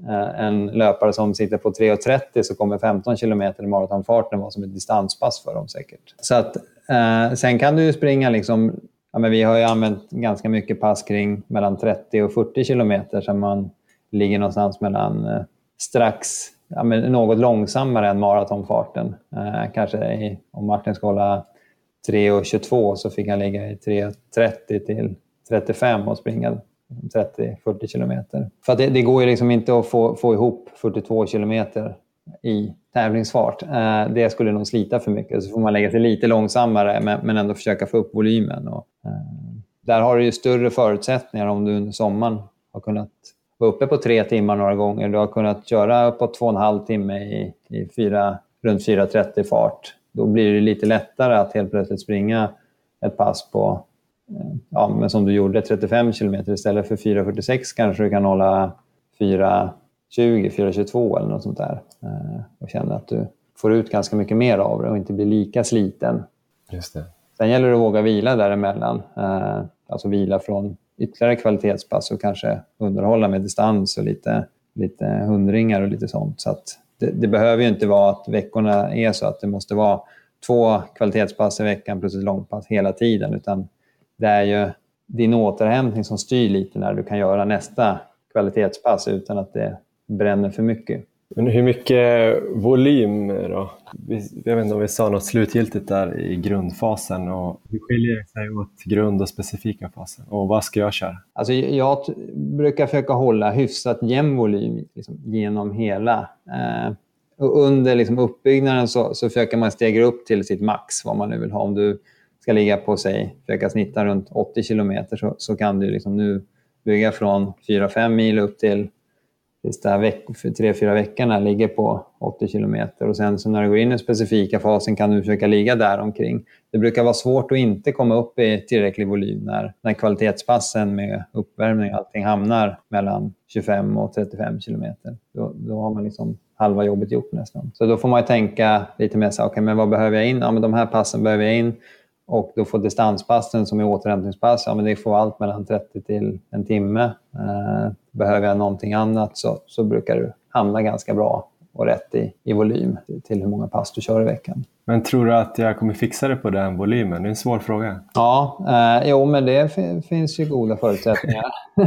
en löpare som sitter på tre trettio så kommer femton kilometer i maratonfarten vara som ett distanspass för dem säkert. Så att, eh, sen kan du ju springa liksom, ja, men vi har ju använt ganska mycket pass kring mellan trettio och fyrtio kilometer så man ligger någonstans mellan eh, strax, ja, men något långsammare än maratonfarten. Eh, kanske i, om Martin ska hålla tre tjugotvå så fick han ligga i tre trettio till trettiofem och springa trettio till fyrtio kilometer. För att det, det går ju liksom inte att få, få ihop fyrtiotvå kilometer i tävlingsfart. Eh, det skulle nog slita för mycket. Så får man lägga sig lite långsammare men, men ändå försöka få upp volymen. Och, eh, där har du ju större förutsättningar om du under sommaren har kunnat vara uppe på tre timmar några gånger. Du har kunnat köra uppåt två och en halv timme i, i fyra, runt fyra trettio fart. Då blir det lite lättare att helt plötsligt springa ett pass på ja, men som du gjorde trettiofem kilometer istället för fyra fyrtiosex kanske du kan hålla fyra tjugo, fyra tjugotvå eller något sånt där och känna att du får ut ganska mycket mer av det och inte blir lika sliten. Just det. Sen gäller det att våga vila däremellan, alltså vila från ytterligare kvalitetspass och kanske underhålla med distans och lite, lite hundringar och lite sånt. Så att det, det behöver ju inte vara att veckorna är så att det måste vara två kvalitetspass i veckan plus ett långpass hela tiden, utan det är ju din återhämtning som styr lite när du kan göra nästa kvalitetspass utan att det bränner för mycket. Men hur mycket volym då? Jag vet inte om vi sa något slutgiltigt där i grundfasen. Och hur skiljer det sig åt grund- och specifika fasen? Och vad ska jag köra? Alltså jag t- brukar försöka hålla hyfsat jämn volym liksom, genom hela. Eh, och under liksom, uppbyggnaden så, så försöker man stega upp till sitt max vad man nu vill ha. Om du ska ligga på sig, försöka snitta runt åttio kilometer så, så kan du liksom nu bygga från fyra fem mil upp till sista veck- för tre fyra veckorna ligger på åttio kilometer och sen så när du går in i den specifika fasen kan du försöka ligga där omkring. Det brukar vara svårt att inte komma upp i tillräcklig volym när, när kvalitetspassen med uppvärmning och allting hamnar mellan tjugofem och trettiofem kilometer. Då, då har man liksom halva jobbet gjort nästan. Så då får man ju tänka lite mer så, okej, okay, men vad behöver jag in? Ja, men de här passen behöver jag in. Och då får distanspassen som är återhämtningspass, ja men det får allt mellan trettio till en timme. Eh, behöver jag någonting annat så, så brukar du hamna ganska bra och rätt i, i volym till hur många pass du kör i veckan. Men tror du att jag kommer fixa det på den volymen? Det är en svår fråga. Ja, eh, jo men det f- finns ju goda förutsättningar.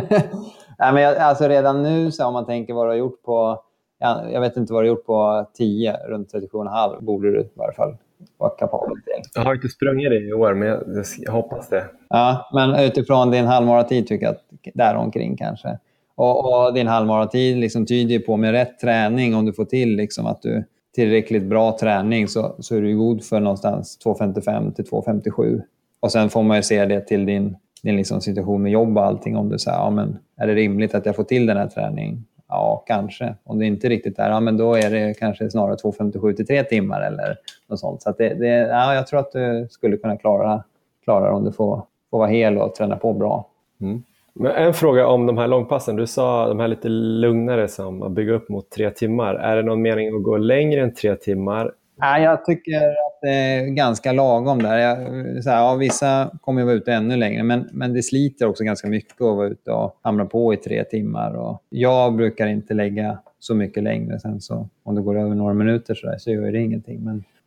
Nej, men jag, alltså redan nu så om man tänker vad du har gjort på, jag, jag vet inte vad du har gjort på tio, runt trettiosju komma fem borde du i varje fall vara kapabel till. Jag har inte sprungit det i år men jag, jag hoppas det. Ja, men utifrån din halvmaratid tycker jag att där omkring kanske. Och, och din halvmaratid liksom tyder på med rätt träning, om du får till liksom att du tillräckligt bra träning så, så är du god för någonstans två femtiofem till två femtiosju. Och sen får man ju se det till din, din liksom situation med jobb och allting. Om du säger, ja men är det rimligt att jag får till den här träningen? Ja, kanske. Om det inte riktigt är, ja men då är det kanske snarare två femtiosju till tre timmar eller något sånt. Så att det, det, ja, jag tror att du skulle kunna klara, klara om du får, får vara hel och träna på bra. Mm. Men en fråga om de här långpassen. Du sa de här lite lugnare som att bygga upp mot tre timmar. Är det någon mening att gå längre än tre timmar? Ja, jag tycker att det är ganska lagom där. Jag, så här, ja, vissa kommer att vara ute ännu längre, men, men det sliter också ganska mycket att vara ute och hamna på i tre timmar. Och jag brukar inte lägga så mycket längre. Sen så, om det går över några minuter så, där, så gör det ingenting. Men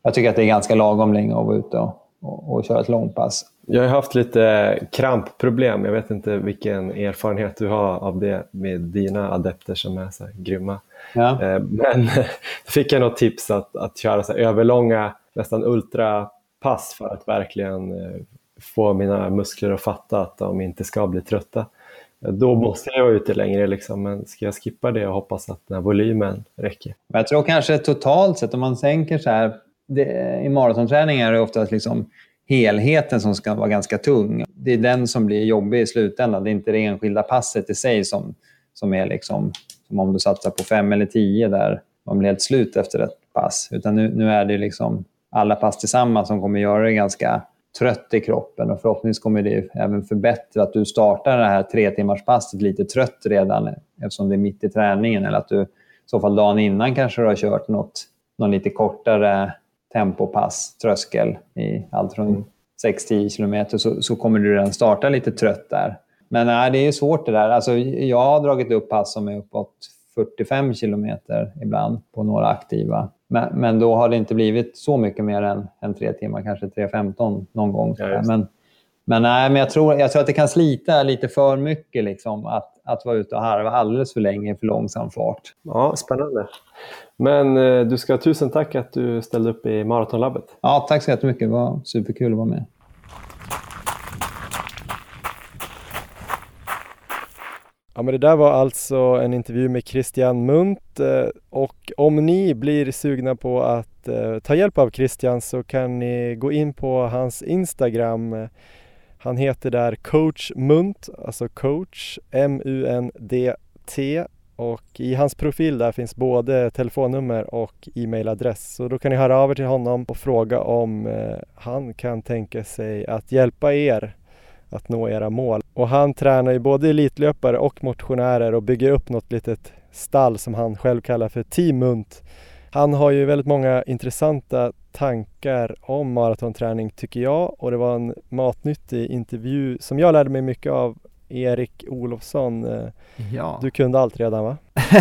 jag tycker att det är ganska lagom länge att vara ute och, och, och köra ett långpass. Jag har haft lite krampproblem. Jag vet inte vilken erfarenhet du har av det med dina adepter som är så här grymma. Ja. Men fick jag något tips att, att köra så här överlånga, nästan ultrapass för att verkligen få mina muskler att fatta att de inte ska bli trötta. Då måste jag vara ute längre liksom, men ska jag skippa det och hoppas att den här volymen räcker? Men jag tror kanske totalt sett om man sänker så här, det, i maratonträning är det oftast liksom helheten som ska vara ganska tung. Det är den som blir jobbig i slutändan. Det är inte det enskilda passet i sig som, som är liksom, som om du satsar på fem eller tio där man blir helt slut efter ett pass. Utan nu, nu är det liksom alla pass tillsammans som kommer göra det ganska trött i kroppen, och förhoppningsvis kommer det även förbättra att du startar det här tre timmars passet lite trött redan eftersom det är mitt i träningen, eller att du i så fall dagen innan kanske du har kört något, någon lite kortare tempopass, tröskel i allt från sex till tio kilometer, så, så kommer du redan starta lite trött där. Men nej, det är ju svårt det där. Alltså, jag har dragit upp pass som är uppåt fyrtiofem kilometer ibland på några aktiva. Men, men då har det inte blivit så mycket mer än, än tre timmar, kanske tre femton någon gång. Ja, men, men, nej, men jag, tror, jag tror att det kan slita lite för mycket liksom, att, att vara ute och harva alldeles för länge för långsam fart. Ja, spännande. Men eh, du ska ha tusen tack att du ställde upp i Maratonlabbet. Ja, tack så jättemycket. Det var superkul att vara med. Ja, men det där var alltså en intervju med Christian Munt, och om ni blir sugna på att ta hjälp av Christian så kan ni gå in på hans Instagram. Han heter där Coach Munt, alltså coach M U N D T, och i hans profil där finns både telefonnummer och e-mailadress, så då kan ni höra av er till honom och fråga om han kan tänka sig att hjälpa er att nå era mål. Och han tränar ju både elitlöpare och motionärer och bygger upp något litet stall som han själv kallar för Team Munt. Han har ju väldigt många intressanta tankar om maratonträning tycker jag, och det var en matnyttig intervju som jag lärde mig mycket av. Erik Olofsson, ja. Du kunde allt redan, va?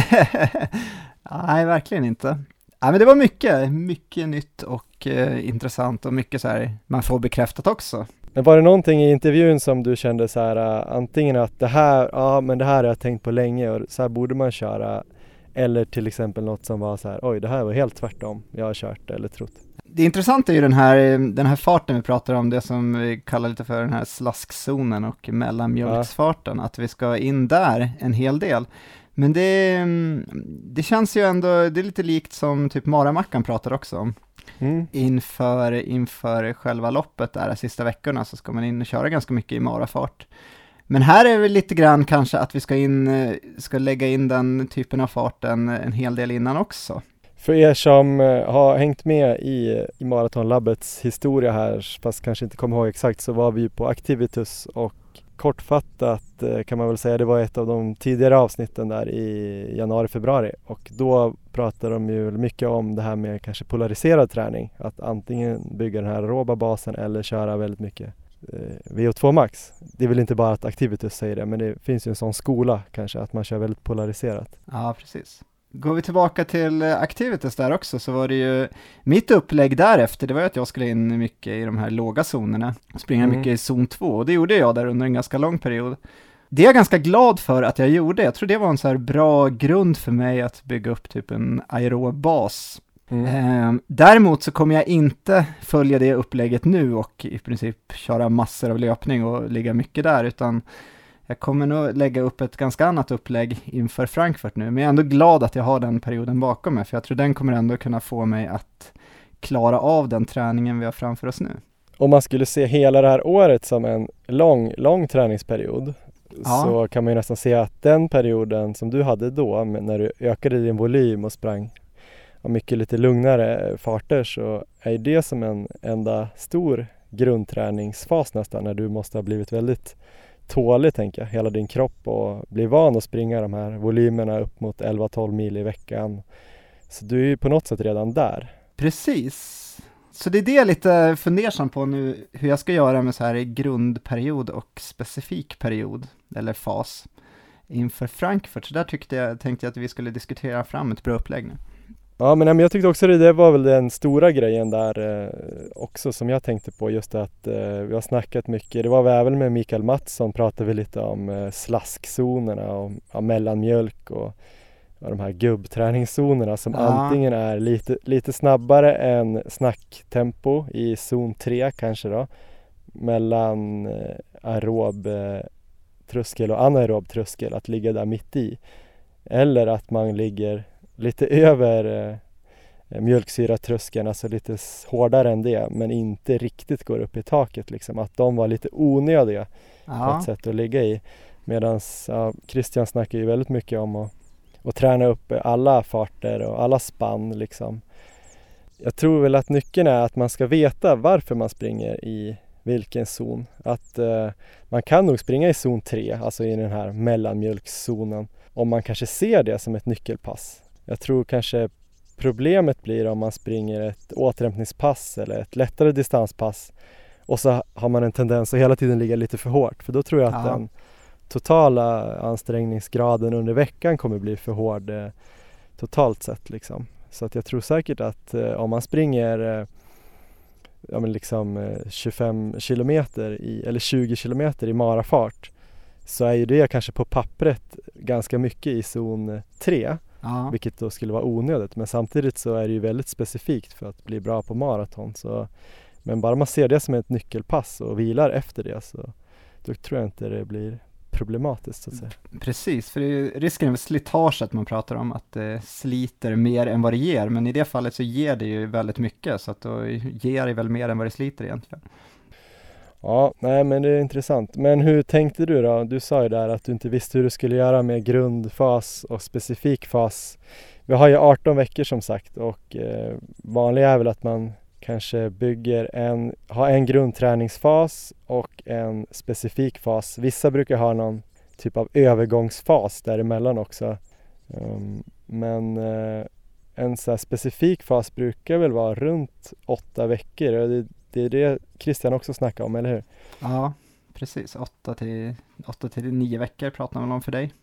Nej, verkligen inte. Ja, men det var mycket, mycket nytt och eh, intressant och mycket så här man får bekräftat också. Men var det någonting i intervjun som du kände så här, uh, antingen att det här, ja men det här har jag tänkt på länge och så här borde man köra, eller till exempel något som var så här, oj det här var helt tvärtom, jag har kört eller trott. Det intressanta är ju den här, den här farten vi pratar om, det som vi kallar lite för den här slaskzonen och mellanmjölksfarten, ja. Att vi ska in där en hel del. Men det, det känns ju ändå, det är lite likt som typ Maramackan pratar också om. Mm. Inför, inför själva loppet där de sista veckorna så ska man in och köra ganska mycket i marafart. Men här är det lite grann kanske att vi ska, in, ska lägga in den typen av farten en hel del innan också. För er som har hängt med i, i Maratonlabbets historia här, fast kanske inte kommer ihåg exakt, så var vi på Activitus, och kortfattat kan man väl säga det var ett av de tidigare avsnitten där i januari-februari, och då pratade de ju mycket om det här med kanske polariserad träning, att antingen bygga den här aeroba basen eller köra väldigt mycket V O två max. Det är väl inte bara att Activitus säger det, men det finns ju en sån skola kanske att man kör väldigt polariserat. Ja, precis. Går vi tillbaka till Activitus där också, så var det ju mitt upplägg därefter, det var ju att jag skulle in mycket i de här låga zonerna, springa mm. mycket i zon två, och det gjorde jag där under en ganska lång period. Det är jag ganska glad för att jag gjorde. Jag tror det var en så här bra grund för mig att bygga upp typ en aerob bas. Mm. Eh, däremot så kommer jag inte följa det upplägget nu och i princip köra massor av löpning och ligga mycket där, utan jag kommer nog lägga upp ett ganska annat upplägg inför Frankfurt nu. Men jag är ändå glad att jag har den perioden bakom mig, för jag tror den kommer ändå kunna få mig att klara av den träningen vi har framför oss nu. Om man skulle se hela det här året som en lång, lång träningsperiod, ja. Så kan man ju nästan se att den perioden som du hade då, när du ökade din volym och sprang av mycket lite lugnare farter, så är det som en enda stor grundträningsfas nästan, när du måste ha blivit väldigt tålig, tänker jag, hela din kropp, och bli van att springa de här volymerna upp mot elva tolv mil i veckan. Så du är ju på något sätt redan där. Precis. Så det är det jag lite fundersam på nu, hur jag ska göra med så här grundperiod och specifik period eller fas inför Frankfurt. Så där tyckte jag, tänkte jag att vi skulle diskutera fram ett bra upplägg nu. Ja, men, men jag tyckte också det, det var väl den stora grejen där eh, också som jag tänkte på, just att eh, vi har snackat mycket, det var väl även med Mikael Mattsson pratade vi lite om eh, slaskzonerna och ja, mellanmjölk och, och de här gubbträningszonerna som Ja. antingen är lite, lite snabbare än snacktempo i zon tre kanske då, mellan eh, aerob eh, tröskel och anaerob tröskel, att ligga där mitt i, eller att man ligger lite över eh, mjölksyratröskeln, alltså lite hårdare än det, men inte riktigt går upp i taket liksom, att de var lite onödiga Ja. på ett sätt att ligga i, medan ja, Christian snackar ju väldigt mycket om att, att träna upp alla farter och alla spann liksom. Jag tror väl att nyckeln är att man ska veta varför man springer i vilken zon, att eh, man kan nog springa i zon tre, alltså i den här mellanmjölkszonen, om man kanske ser det som ett nyckelpass. Jag tror kanske problemet blir om man springer ett återhämtningspass eller ett lättare distanspass och så har man en tendens att hela tiden ligga lite för hårt, för då tror jag att Ja. den totala ansträngningsgraden under veckan kommer bli för hård eh, totalt sett liksom. Så att jag tror säkert att eh, om man springer eh, ja, men liksom, eh, tjugofem kilometer i, eller tjugo kilometer i marafart, så är ju det kanske på pappret ganska mycket i zon tre, Ja. vilket då skulle vara onödigt, men samtidigt så är det ju väldigt specifikt för att bli bra på maraton. Så, men bara man ser det som ett nyckelpass och vilar efter det, så då tror jag inte det blir problematiskt så att säga. Precis, för det är ju risken med slitaget man pratar om, att det sliter mer än vad det ger, men i det fallet så ger det ju väldigt mycket, så att då ger det väl mer än vad det sliter egentligen. Ja, nej men det är intressant. Men hur tänkte du då? Du sa ju där att du inte visste hur du skulle göra med grundfas och specifik fas. Vi har ju arton veckor som sagt, och eh, vanligt är väl att man kanske bygger en, har en grundträningsfas och en specifik fas. Vissa brukar ha någon typ av övergångsfas däremellan också. Um, men eh, en så här specifik fas brukar väl vara runt åtta veckor, och det, det är det Christian också snackar om, eller hur? Ja, precis. åtta till nio veckor pratar man om för dig.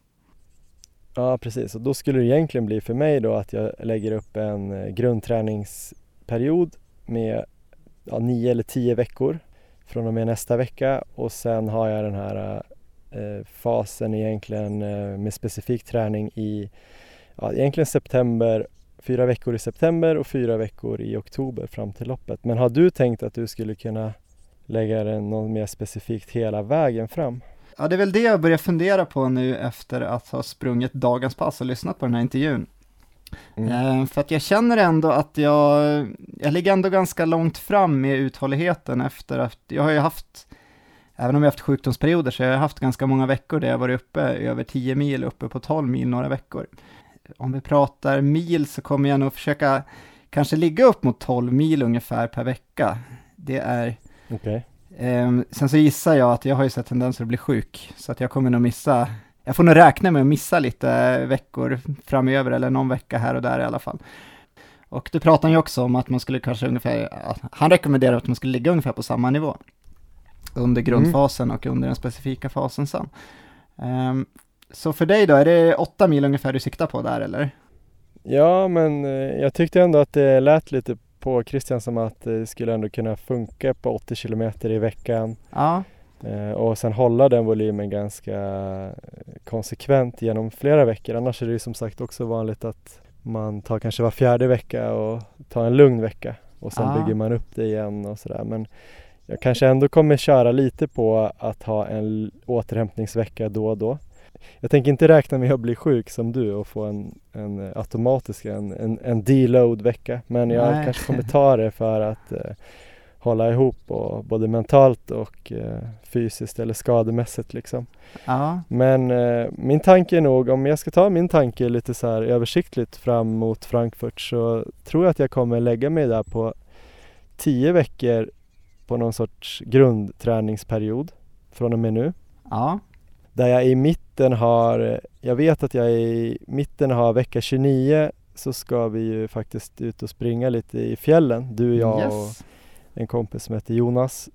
Ja, precis. Och då skulle det egentligen bli för mig då att jag lägger upp en eh, grundträningsperiod med ja, nio eller tio veckor från och med nästa vecka, och sen har jag den här eh, fasen egentligen eh, med specifik träning i ja, egentligen september, fyra veckor i september och fyra veckor i oktober fram till loppet. Men har du tänkt att du skulle kunna lägga den något mer specifikt hela vägen fram? Ja, det är väl det jag börjar fundera på nu efter att ha sprungit dagens pass och lyssnat på den här intervjun. Mm. Eh, för att jag känner ändå att jag, jag ligger ändå ganska långt fram med uthålligheten efter att jag har ju haft, även om jag har haft sjukdomsperioder, så jag har haft ganska många veckor där jag varit uppe över tio mil, uppe på tolv mil några veckor. Om vi pratar mil så kommer jag nog försöka kanske ligga upp mot tolv mil ungefär per vecka. Det är... Okay. Eh, sen så gissar jag att jag har ju sett tendenser att bli sjuk, så att jag kommer nog missa, jag får nog räkna med att missa lite veckor framöver, eller någon vecka här och där i alla fall. Och det pratar han ju också om att man skulle kanske ungefär, han rekommenderar att man skulle ligga ungefär på samma nivå under grundfasen mm. och under den specifika fasen sen. Eh, så för dig då, är det åtta mil ungefär du siktar på där eller? Ja, men eh, jag tyckte ändå att det lät lite på Christian som att det skulle ändå kunna funka på åttio kilometer i veckan. Ja. Eh, och sen hålla den volymen ganska konsekvent genom flera veckor. Annars är det ju som sagt också vanligt att man tar kanske var fjärde vecka och tar en lugn vecka. Och sen ja. bygger man upp det igen och sådär. Men jag kanske ändå kommer köra lite på att ha en återhämtningsvecka då och då. Jag tänker inte räkna med att bli sjuk som du och få en, en automatisk en, en, en deload vecka, men jag Nej. kanske kommer ta det för att eh, hålla ihop och, både mentalt och eh, fysiskt eller skademässigt liksom. Ja. Men eh, min tanke är nog, om jag ska ta min tanke lite så här översiktligt fram mot Frankfurt, så tror jag att jag kommer lägga mig där på tio veckor på någon sorts grundträningsperiod från och med nu. Ja. Där jag i mitten har, jag vet att jag i mitten har vecka tjugonio, så ska vi ju faktiskt ut och springa lite i fjällen. Du, jag yes. och en kompis som heter Jonas.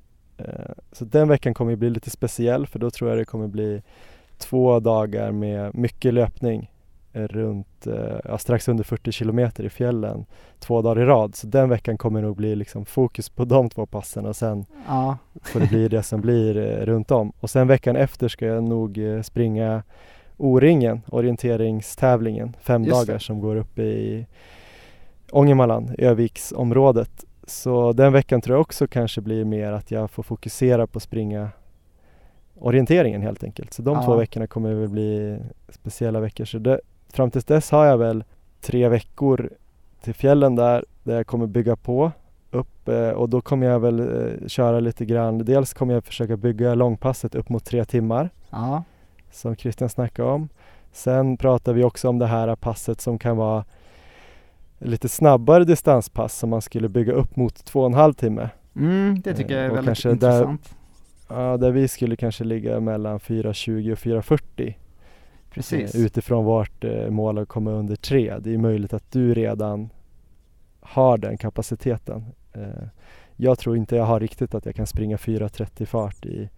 Så den veckan kommer bli lite speciell, för då tror jag det kommer bli två dagar med mycket löpning. runt ja, strax under fyrtio kilometer i fjällen två dagar i rad. Så den veckan kommer nog bli liksom fokus på de två passen och sen ja. får det bli det som blir runt om. Och sen veckan efter ska jag nog springa O-ringen, orienteringstävlingen, fem Just dagar det. som går upp i Ångermanland, Öviksområdet. Så den veckan tror jag också kanske blir mer att jag får fokusera på springa orienteringen helt enkelt. Så de ja. två veckorna kommer väl bli speciella veckor. Så det, fram tills dess har jag väl tre veckor till fjällen där, där jag kommer bygga på upp eh, och då kommer jag väl eh, köra lite grann. Dels kommer jag försöka bygga långpasset upp mot tre timmar. Ja. Som Christian snackade om. Sen pratar vi också om det här passet som kan vara lite snabbare distanspass som man skulle bygga upp mot två och en halv timme. Mm, det tycker jag är och väldigt kanske intressant. Där, ja, där vi skulle kanske ligga mellan fyra tjugo och fyra fyrtio. Precis. Eh, utifrån vårt eh, mål att komma under tre. Det är möjligt att du redan har den kapaciteten. Eh, jag tror inte jag har riktigt att jag kan springa fyra trettio fart i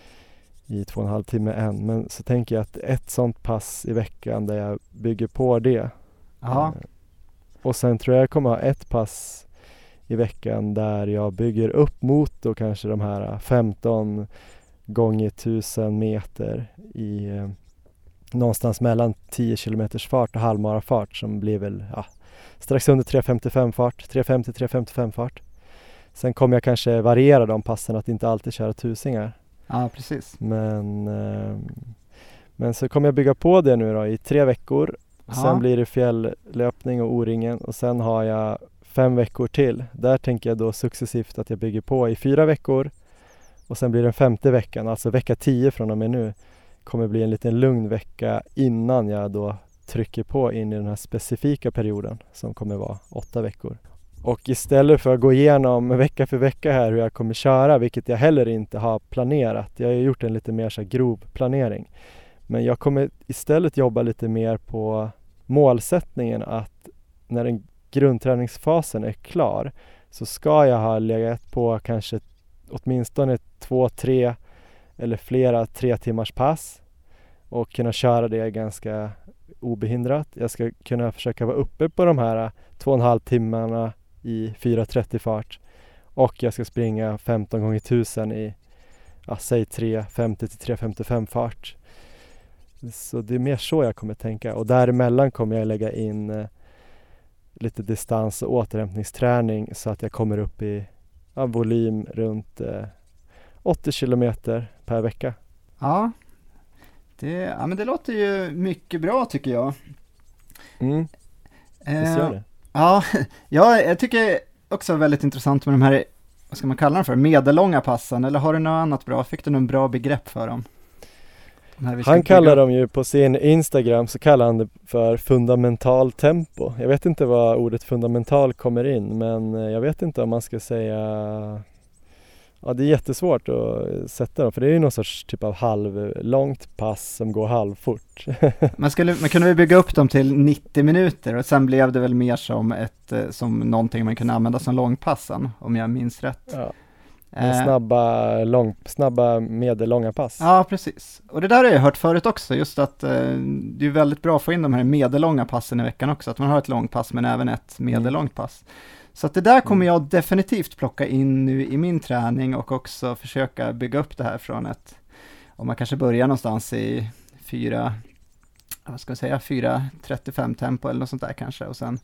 i två och en halv timme än. Men så tänker jag att ett sånt pass i veckan där jag bygger på det. Ja. Eh, och sen tror jag jag kommer ha ett pass i veckan där jag bygger upp mot då kanske de här femton gånger tusen meter i eh, någonstans mellan tio kilometers fart och halvmarafart som blir väl ja, strax under tre femtiofem fart, tre femtio tre femtiofem fart. Sen kommer jag kanske variera de passen att inte alltid köra tusingar. Ja, precis. Men, eh, men så kommer jag bygga på det nu då i tre veckor. Ja. Sen blir det fjälllöpning och O-ringen och sen har jag fem veckor till. Där tänker jag då successivt att jag bygger på i fyra veckor och sen blir den femte veckan, alltså vecka tio från och med nu, kommer bli en liten lugn vecka innan jag då trycker på in i den här specifika perioden som kommer vara åtta veckor. Och istället för att gå igenom vecka för vecka här hur jag kommer köra, vilket jag heller inte har planerat. Jag har gjort en lite mer så här grov planering. Men jag kommer istället jobba lite mer på målsättningen att när den grundträningsfasen är klar så ska jag ha legat på kanske åtminstone två, tre eller flera tre timmars pass och kunna köra det ganska obehindrat. Jag ska kunna försöka vara uppe på de här två och en halv timmarna i fyra trettio fart och jag ska springa femton gånger tusen i ja, säg tre femtio till tre femtiofem fart. Så det är mer så jag kommer tänka och däremellan kommer jag lägga in eh, lite distans och återhämtningsträning så att jag kommer upp i ja, volym runt eh, åttio kilometer per vecka. Ja. Det, ja, men det låter ju mycket bra tycker jag. Mm, visst gör det. Ja, ja, jag tycker också väldigt intressant med de här, vad ska man kalla dem för, medellånga passen, eller har du något annat bra? Fick du någon bra begrepp för dem? De han kallar dem ju på sin Instagram, så kallar han det för fundamental tempo. Jag vet inte var ordet fundamental kommer in, men jag vet inte om man ska säga... Ja, det är jättesvårt att sätta dem, för det är ju någon sorts typ av halvlångt pass som går halvfort. man, skulle, man kunde väl bygga upp dem till nittio minuter och sen blev det väl mer som, ett, som någonting man kunde använda som långpassen, om jag minns rätt. Ja. Eh. Snabba, lång, snabba medellånga pass. Ja, precis. Och det där har jag hört förut också, just att eh, det är väldigt bra att få in de här medellånga passen i veckan också, att man har ett långpass men även ett medellångt pass. Så att det där kommer jag definitivt plocka in nu i min träning och också försöka bygga upp det här från ett, om man kanske börjar någonstans i fyra, vad ska jag säga, fyra trettiofem tempo eller något sånt där kanske, och sen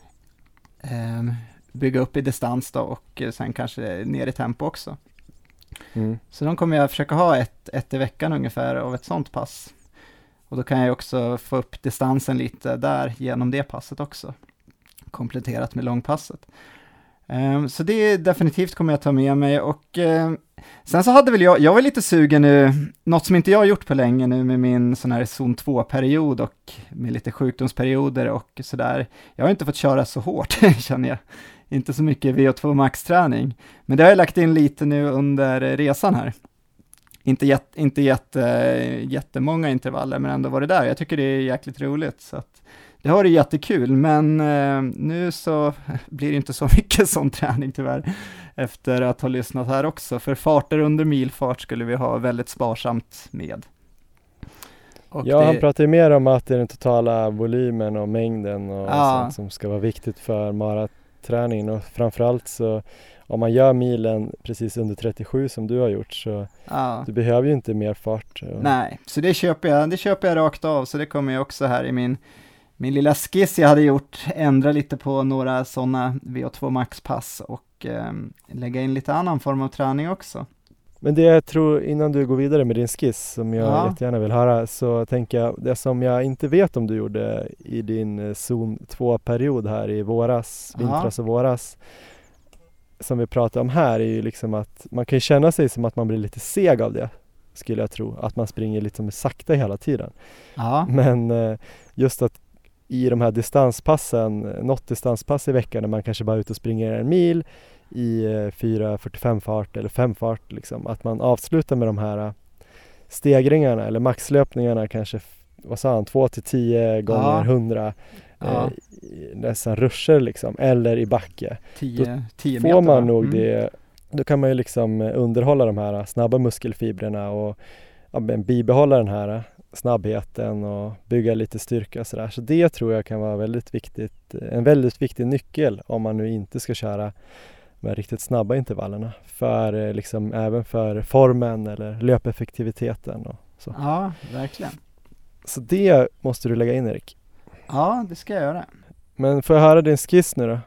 eh, bygga upp i distans då och sen kanske ner i tempo också. Mm. Så då kommer jag försöka ha ett, ett i veckan ungefär av ett sånt pass. Och då kan jag också få upp distansen lite där genom det passet också. Kompletterat med långpasset. Um, så det definitivt kommer jag ta med mig. Och um, sen så hade väl jag, jag var lite sugen nu, något som inte jag har gjort på länge nu med min sån här zon två-period och med lite sjukdomsperioder och sådär. Jag har inte fått köra så hårt, känner jag. Inte så mycket V O två max-träning. Men det har jag lagt in lite nu under resan här. Inte, jät, inte jätte, jättemånga intervaller, men ändå var det där. Jag tycker det är jäkligt roligt, så att det har det jättekul, men eh, nu så blir det inte så mycket sån träning tyvärr efter att ha lyssnat här också. För farter under milfart skulle vi ha väldigt sparsamt med. Och ja, det... han pratar ju mer om att det är den totala volymen och mängden och Ja. sånt som ska vara viktigt för maraträningen. Och framförallt så om man gör milen precis under trettiosju som du har gjort så Ja. du behöver ju inte mer fart. Nej, så det köper jag, det köper jag rakt av, så det kommer jag också här i min, min lilla skiss jag hade gjort, ändra lite på några sådana V O två Max-pass och eh, lägga in lite annan form av träning också. Men det jag tror, innan du går vidare med din skiss som jag Ja. jättegärna vill höra, så tänker jag, det som jag inte vet om du gjorde i din zon två-period här i våras, Ja. vintras och våras, som vi pratar om här, är ju liksom att man kan ju känna sig som att man blir lite seg av det, skulle jag tro, att man springer lite som sakta hela tiden. Ja, Men eh, just att i de här distanspassen, något distanspass i veckan när man kanske bara är ute och springer en mil i eh, fyra fyrtiofem fart eller fem fart, liksom, att man avslutar med de här eh, stegringarna eller maxlöpningarna kanske, f- vad sa han, två till tio gånger Ja. hundra, Ja. eh, i- nästan ruscher liksom, eller i backe. tio, tio meter. Får man va? nog Mm. det, då kan man ju liksom eh, underhålla de här snabba muskelfibrerna och ja, men bibehålla den här snabbheten och bygga lite styrka och sådär. Så det tror jag kan vara väldigt viktigt, en väldigt viktig nyckel om man nu inte ska köra med riktigt snabba intervallerna. För eh, liksom även för formen eller löpeffektiviteten och så. Ja, verkligen. Så det måste du lägga in, Erik. Ja, det ska jag göra. Men får jag höra din skiss nu då?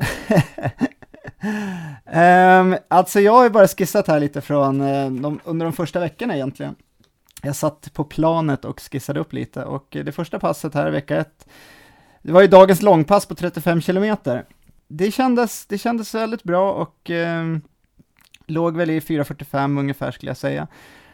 um, alltså jag har ju bara skissat här lite från uh, de, under de första veckorna egentligen. Jag satt på planet och skissade upp lite och uh, det första passet här i vecka ett, det var ju dagens långpass på trettiofem kilometer. Det kändes, det kändes väldigt bra och uh, låg väl i fyra fyrtiofem ungefär skulle jag säga.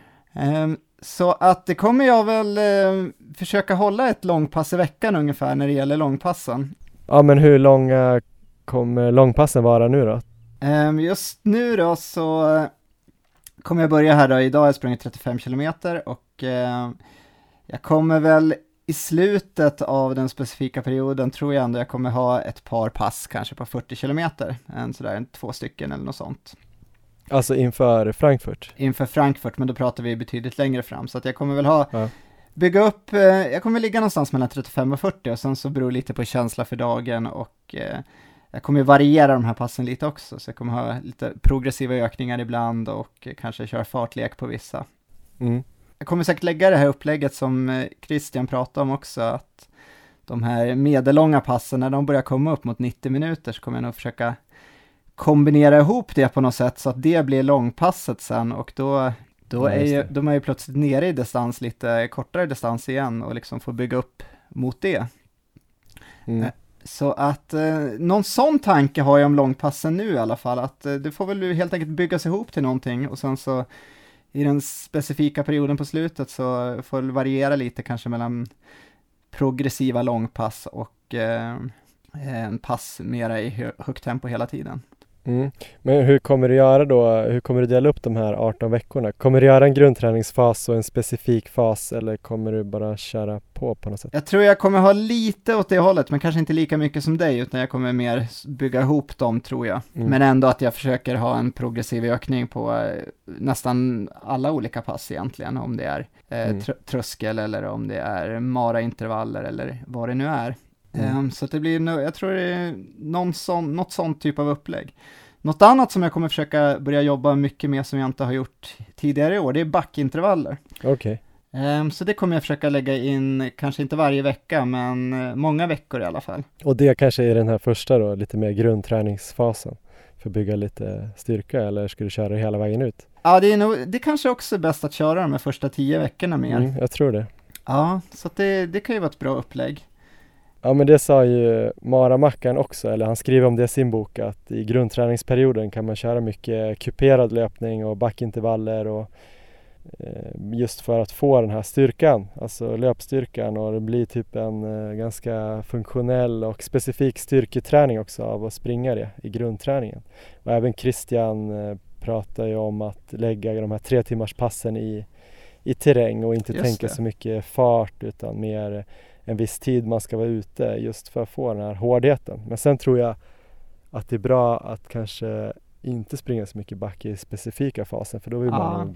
Um, så att det kommer jag väl uh, försöka hålla ett långpass i veckan ungefär när det gäller långpassen. Ja, men hur långa kommer långpassen vara nu då? Um, just nu då så uh, kommer jag börja här då. Idag har jag sprungit trettiofem kilometer och uh, jag kommer väl i slutet av den specifika perioden tror jag ändå jag kommer ha ett par pass kanske på fyrtio kilometer. En sådär, en, två stycken eller något sånt. Alltså inför Frankfurt? Inför Frankfurt, men då pratar vi betydligt längre fram. Så att jag kommer väl ha, Ja. bygga upp, eh, jag kommer ligga någonstans mellan trettiofem och fyrtio och sen så beror lite på känsla för dagen och eh, jag kommer variera de här passen lite också. Så jag kommer ha lite progressiva ökningar ibland och eh, kanske köra fartlek på vissa. Mm. Jag kommer säkert lägga det här upplägget som eh, Christian pratade om också, att de här medellånga passen, när de börjar komma upp mot nittio minuter så kommer jag nog försöka kombinera ihop det på något sätt så att det blir långpasset sen och då, då, Ja, är just ju, det. då är man ju plötsligt nere i distans, lite kortare distans igen och liksom får bygga upp mot det. Mm. Eh, Så att eh, någon sån tanke har jag om långpassen nu i alla fall, att eh, det får väl helt enkelt byggas ihop till någonting och sen så i den specifika perioden på slutet så får det variera lite kanske mellan progressiva långpass och eh, en pass mera i hö- högt tempo hela tiden. Mm. Men hur kommer du göra då? Hur kommer du dela upp de här arton veckorna? Kommer du göra en grundträningsfas och en specifik fas eller kommer du bara köra på på något sätt? Jag tror jag kommer ha lite åt det hållet, men kanske inte lika mycket som dig, utan jag kommer mer s- bygga ihop dem tror jag. Mm. Men ändå att jag försöker ha en progressiv ökning på eh, nästan alla olika pass egentligen, om det är eh, Mm. tr- tröskel eller om det är mara-intervaller eller vad det nu är. Mm. Ehm, så att det blir, no- jag tror det är någon sån, något sånt typ av upplägg. Något annat som jag kommer försöka börja jobba mycket med som jag inte har gjort tidigare i år, det är backintervaller. Okej. Ehm, så det kommer jag försöka lägga in, kanske inte varje vecka, men eh, många veckor i alla fall. Och det kanske är den här första då, lite mer grundträningsfasen för att bygga lite styrka, eller ska du köra det hela vägen ut? Ja, det är nog, det kanske också är bäst att köra de här första tio veckorna mer. Mm, jag tror det. Ja, så att det, det kan ju vara ett bra upplägg. Ja, men det sa ju Mara Mackan också, eller han skriver om det i sin bok, att i grundträningsperioden kan man köra mycket kuperad löpning och backintervaller och eh, just för att få den här styrkan, alltså löpstyrkan, och det blir typ en eh, ganska funktionell och specifik styrketräning också av att springa det i grundträningen. Och även Christian eh, pratar ju om att lägga de här tre timmars passen i, i terräng och inte Just tänka det. så mycket fart utan mer en viss tid man ska vara ute just för att få den här hårdheten. Men sen tror jag att det är bra att kanske inte springa så mycket back i specifika fasen, för då vill Ja. man nog eh,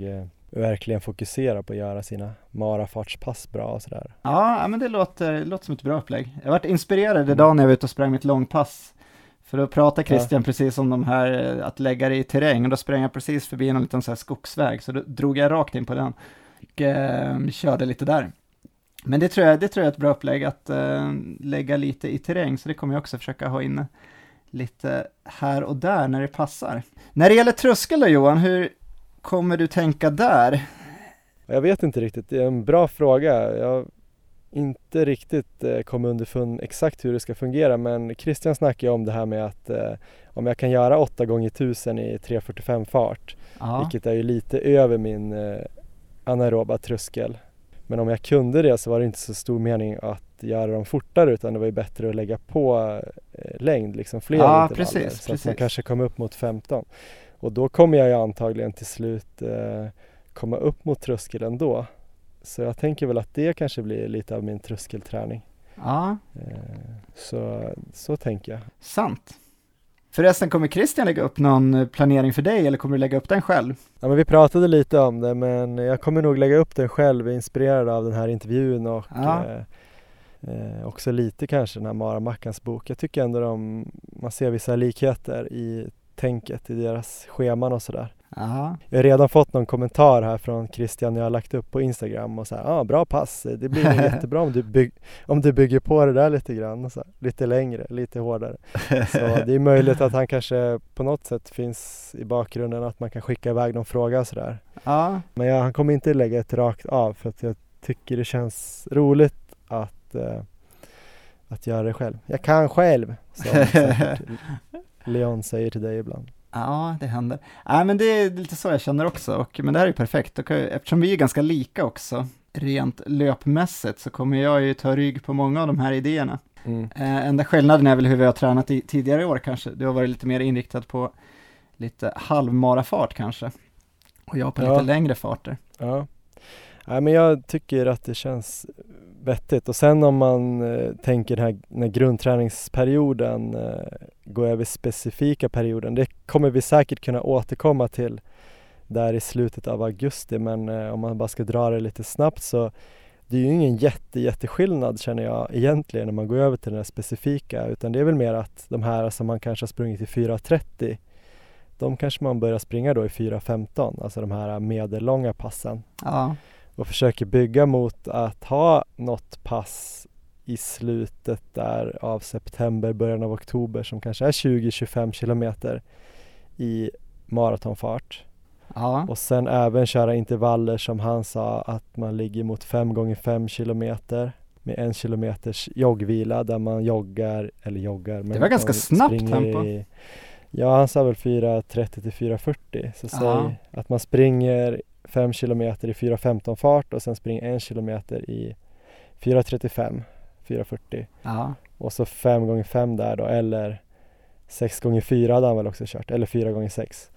verkligen fokusera på att göra sina marafartspass bra och sådär. Ja, men det låter, det låter som ett bra upplägg. Jag har varit inspirerad idag när jag var ute och sprang mitt långpass. För då pratade Christian ja. precis om de här, att lägga det i terräng. Och då sprang jag precis förbi en liten så här skogsväg. Så då drog jag rakt in på den och eh, körde lite där. Men det tror jag, det tror jag är ett bra upplägg att eh, lägga lite i terräng. Så det kommer jag också försöka ha inne lite här och där när det passar. När det gäller tröskel då, Johan, hur kommer du tänka där? Jag vet inte riktigt, det är en bra fråga. Jag har inte riktigt eh, kommit underfund exakt hur det ska fungera, men Christian snackar ju om det här med att eh, om jag kan göra åtta gånger tusen i tre fyrtiofem fart, ja. vilket är ju lite över min eh, anaeroba tröskel. Men om jag kunde det så var det inte så stor mening att göra dem fortare, utan det var ju bättre att lägga på eh, längd, liksom fler ja, intervaller, precis, så precis. att man kanske kommer upp mot femton. Och då kommer jag ju antagligen till slut eh, komma upp mot tröskeln ändå. Så jag tänker väl att det kanske blir lite av min tröskelträning. Ja. Eh, så, så tänker jag. Sant. Förresten, kommer Christian lägga upp någon planering för dig eller kommer du lägga upp den själv? Ja, men vi pratade lite om det, men jag kommer nog lägga upp den själv, inspirerad av den här intervjun och ja. eh, eh, också lite kanske den här Mara Mackans bok. Jag tycker ändå de, man ser vissa likheter i tänket, i deras scheman och sådär. Aha. Jag har redan fått någon kommentar här från Christian jag har lagt upp på Instagram och så här, ah, bra pass, det blir jättebra om du, byg- om du bygger på det där lite grann och så här, lite längre, lite hårdare. Så det är möjligt att han kanske på något sätt finns i bakgrunden, att man kan skicka iväg någon fråga och sådär. Ja. Men jag, han kommer inte lägga ett rakt av, för att jag tycker det känns roligt att, uh, att göra det själv. Jag kan själv, som Leon säger till dig ibland. Ja, det händer. Nej, men det är lite så jag känner också. Och, men det här är ju perfekt. Och, eftersom vi är ganska lika också, rent löpmässigt, så kommer jag ju ta rygg på många av de här idéerna. Mm. Eh, enda skillnaden är väl hur vi har tränat i, tidigare år kanske. Du har varit lite mer inriktad på lite halvmarafart kanske. Och jag på ja. lite längre farter. Ja. Ja, men jag tycker att det känns vettigt. Och sen om man eh, tänker den här när grundträningsperioden eh, går över specifika perioden, det kommer vi säkert kunna återkomma till där i slutet av augusti, men eh, om man bara ska dra det lite snabbt, så det är ju ingen jätte, jätteskillnad känner jag egentligen när man går över till den här specifika, utan det är väl mer att de här som man kanske har sprungit i fyra trettio, de kanske man börjar springa då i fyra femton, alltså de här medellånga passen. Ja. Och försöker bygga mot att ha något pass i slutet där av september, början av oktober som kanske är tjugo till tjugofem kilometer i maratonfart. Ja. Och sen även köra intervaller som han sa, att man ligger mot fem gånger fem kilometer med en kilometers joggvila där man joggar, eller joggar. Men det var ganska snabbt tempo. I, ja, han sa väl fyra trettio till fyra fyrtio. Så säg att man springer fem kilometer i fyra femton fart och sen springer en kilometer i fyra trettiofem, fyra fyrtio. Ja. Och så fem gånger fem där då, eller sex gånger fyra hade han väl också kört, eller fyra gånger sex.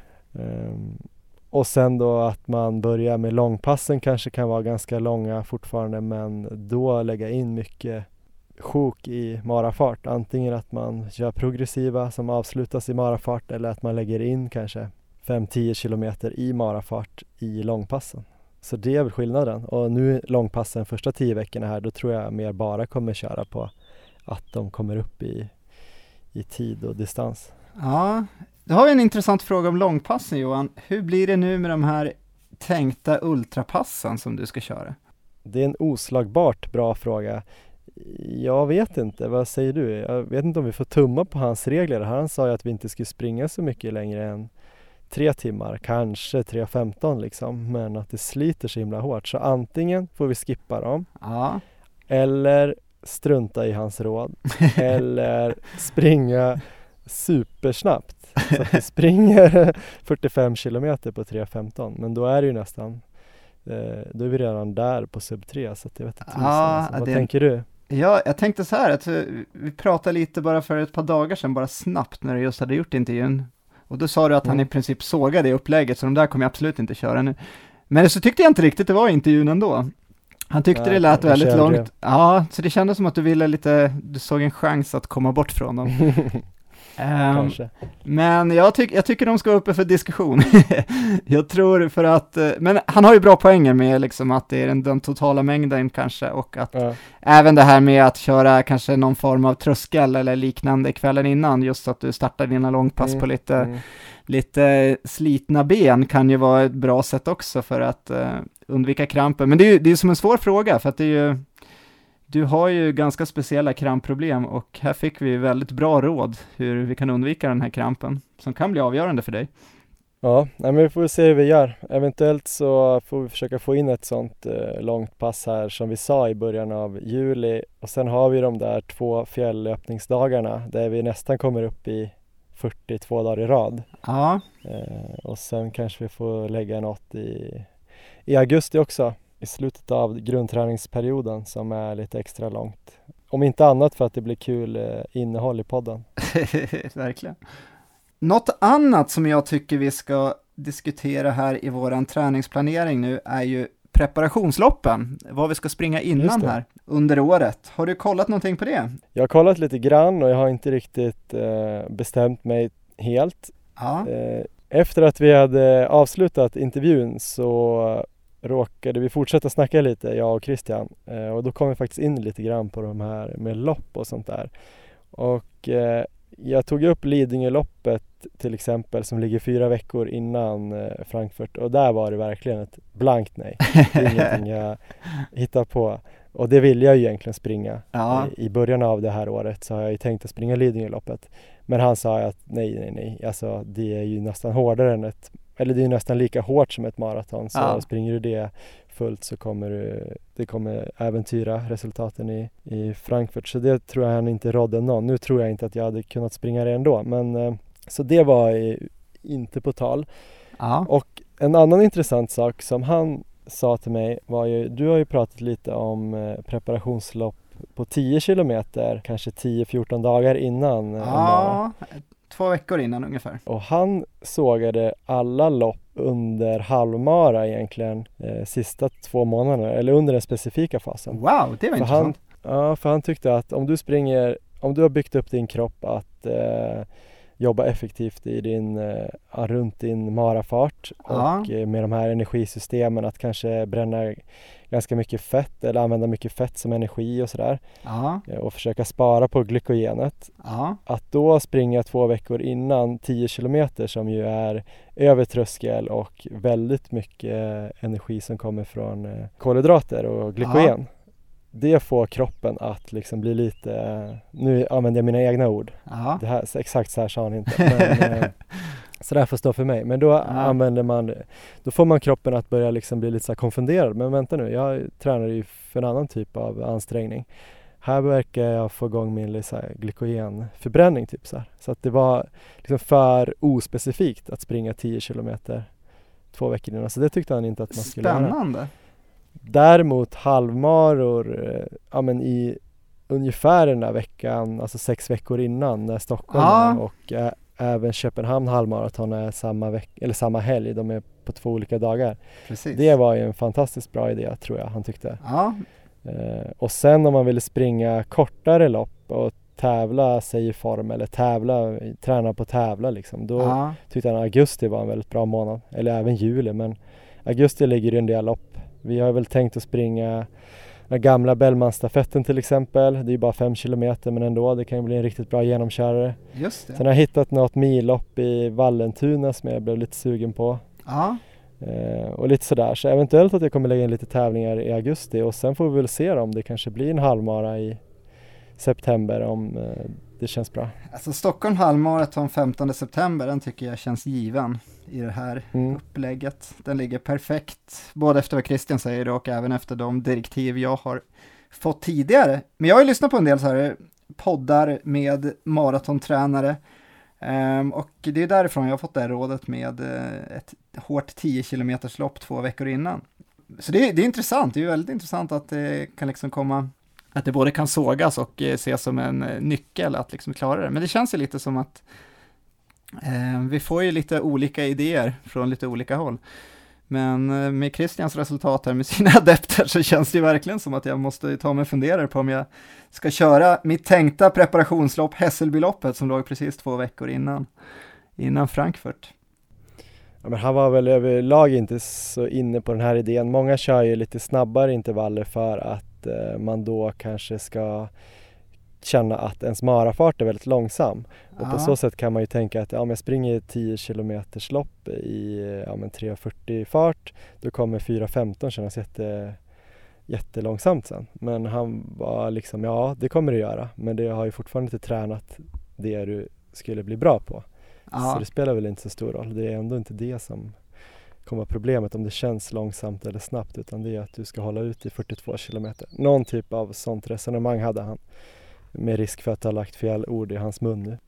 Um, och sen då att man börjar med långpassen, kanske kan vara ganska långa fortfarande, men då lägga in mycket sjok i marafart. Antingen att man kör progressiva som avslutas i marafart, eller att man lägger in kanske fem till tio kilometer i marafart i långpassen. Så det är väl skillnaden. Och nu långpassen första tio veckorna här, då tror jag mer bara kommer köra på att de kommer upp i, i tid och distans. Ja, då har vi en intressant fråga om långpassen, Johan. Hur blir det nu med de här tänkta ultrapassen som du ska köra? Det är en oslagbart bra fråga. Jag vet inte, vad säger du? Jag vet inte om vi får tumma på hans regler. Han sa ju att vi inte skulle springa så mycket längre än tre timmar, kanske tre femton liksom, men att det sliter så himla hårt. Så antingen får vi skippa dem, ja. eller strunta i hans råd, eller springa supersnabbt. Så att vi springer fyrtiofem kilometer på tre femton, men då är det ju nästan, eh, då är vi redan där på sub tre, så att jag vet inte. Ja, alltså. Vad det... tänker du? Ja, jag tänkte så här att vi pratade lite bara för ett par dagar sedan, bara snabbt när du just hade gjort intervjun. Och då sa du att han mm. i princip sågade i upplägget, så de där kommer jag absolut inte köra nu. Men så tyckte jag inte riktigt det var intervjun ändå. Han tyckte Nej, det lät väldigt långt. Det. Ja, så det kändes som att du ville lite, du såg en chans att komma bort från dem. Um, kanske. Men jag, tyck, jag tycker de ska vara uppe för diskussion. Jag tror för att, men han har ju bra poänger med liksom att det är den, den totala mängden kanske, och att Ja. även det här med att köra kanske någon form av tröskel eller liknande kvällen innan, just att du startar dina långpass Mm, på lite, mm. lite slitna ben kan ju vara ett bra sätt också för att uh, undvika kramper. Men det är ju det är som en svår fråga, för att det är ju, du har ju ganska speciella krampproblem, och här fick vi väldigt bra råd hur vi kan undvika den här krampen som kan bli avgörande för dig. Ja, nej, men vi får se hur vi gör. Eventuellt så får vi försöka få in ett sånt eh, långt pass här som vi sa i början av juli. Och sen har vi de där två fjällöppningsdagarna där vi nästan kommer upp i fyrtiotvå dagar i rad. Ja. Eh, och sen kanske vi får lägga något i, i augusti också. I slutet av grundträningsperioden som är lite extra långt. Om inte annat för att det blir kul eh, innehåll i podden. Verkligen. Något annat som jag tycker vi ska diskutera här i våran träningsplanering nu är ju preparationsloppen. Vad vi ska springa innan här under året. Har du kollat någonting på det? Jag har kollat lite grann och jag har inte riktigt eh, bestämt mig helt. Ja. Eh, efter att vi hade avslutat intervjun så råkade vi fortsätta snacka lite, jag och Christian. Eh, och då kom vi faktiskt in lite grann på de här med lopp och sånt där. Och eh, jag tog upp Lidingöloppet till exempel som ligger fyra veckor innan eh, Frankfurt. Och där var det verkligen ett blankt nej. Det är ingenting jag hittar på. Och det vill jag ju egentligen springa. Ja. I, I början av det här året så har jag ju tänkt att springa Lidingöloppet. Men han sa att nej, nej, nej. Alltså det är ju nästan hårdare än ett, eller det är ju nästan lika hårt som ett maraton. Så Ja. springer du det fullt så kommer du, det kommer äventyra resultaten i, i Frankfurt. Så det tror jag han inte rådde någon. Nu tror jag inte att jag hade kunnat springa det ändå. Men eh, så det var i, inte på tal. Ja. Och en annan intressant sak som han sa till mig var ju, du har ju pratat lite om eh, preparationslopp på tio kilometer, kanske tio fjorton dagar innan. eh, en mara. Ja, två veckor innan ungefär. Och han sågade alla lopp under halvmara egentligen eh, sista två månaderna, eller under den specifika fasen. Wow, det var För han, intressant. ja, för han tyckte att om du springer, om du har byggt upp din kropp att eh, jobba effektivt i din, eh, runt din marafart Ja. och eh, med de här energisystemen att kanske bränna ganska mycket fett eller använda mycket fett som energi och sådär Ja, eh, och försöka spara på glykogenet. ja, Att då springa två veckor innan tio kilometer som ju är över tröskel och väldigt mycket energi som kommer från eh, kolhydrater och glykogen. Det får kroppen att liksom bli lite, eh, nu använder jag mina egna ord. ja. Det här, exakt så här sa han inte. Men, eh, så där får stå för mig. Men då använder man, då får man kroppen att börja liksom bli lite så här konfunderad. Men vänta nu, jag tränar ju för en annan typ av ansträngning. Här verkar jag få igång min liksom, glykogenförbränning typ så här. Så att det var liksom för ospecifikt att springa tio kilometer två veckor innan. Så det tyckte han inte att man skulle göra. Spännande. Däremot halvmaror, eh, ja men i ungefär den där veckan, alltså sex veckor innan när Stockholm Ja. är och ä- även Köpenhamn halvmaraton är samma veck- eller samma helg, de är på två olika dagar. Precis. Det var ju en fantastiskt bra idé tror jag han tyckte. Ja, Eh, och sen om man ville springa kortare lopp och tävla sig i form eller tävla, träna på tävla liksom, då ja, tyckte han augusti var en väldigt bra månad, eller även juli, men augusti ligger det en del lopp. Vi har väl tänkt att springa den gamla Bellmanstafetten till exempel. Det är ju bara fem kilometer men ändå, det kan ju bli en riktigt bra genomkörare. just det. Sen har jag hittat något millopp i Vallentuna som jag blev lite sugen på. Ja, Eh, och lite sådär, så eventuellt att jag kommer lägga in lite tävlingar i augusti och sen får vi väl se om det kanske blir en halvmara i september om eh, det känns bra. alltså Stockholm halvmaraton femtonde september, den tycker jag känns given i det här Mm. upplägget. Den ligger perfekt, både efter vad Christian säger och även efter de direktiv jag har fått tidigare. Men jag har ju lyssnat på en del så här poddar med maratontränare. Um, och det är därifrån jag har fått det här rådet med uh, ett hårt tio kilometers lopp två veckor innan. Så det, det är intressant, det är ju väldigt intressant att det kan liksom komma, att det både kan sågas och uh, ses som en uh, nyckel att liksom klara det. Men det känns ju lite som att uh, vi får ju lite olika idéer från lite olika håll. Men med Christians resultat här med sina adepter så känns det ju verkligen som att jag måste ta mig funderare på om jag ska köra mitt tänkta preparationslopp Hässelbyloppet som låg precis två veckor innan, innan Frankfurt. Ja, men han var väl överlag inte så inne på den här idén. Många kör ju lite snabbare intervaller för att eh, man då kanske ska känna att ens marafart är väldigt långsam. Och ja. på så sätt kan man ju tänka att ja, om jag springer tio kilometers lopp i ja, men tre fyrtio fart, då kommer fyra femton kännas jätte, jättelångsamt sen. Men han var liksom, ja det kommer du göra, men det har ju fortfarande inte tränat det du skulle bli bra på. Ja. Så det spelar väl inte så stor roll. Det är ändå inte det som kommer problemet om det känns långsamt eller snabbt, utan det är att du ska hålla ut i fyrtiotvå kilometer. Någon typ av sånt resonemang hade han. Med risk för att ha lagt fel ord i hans mun nu.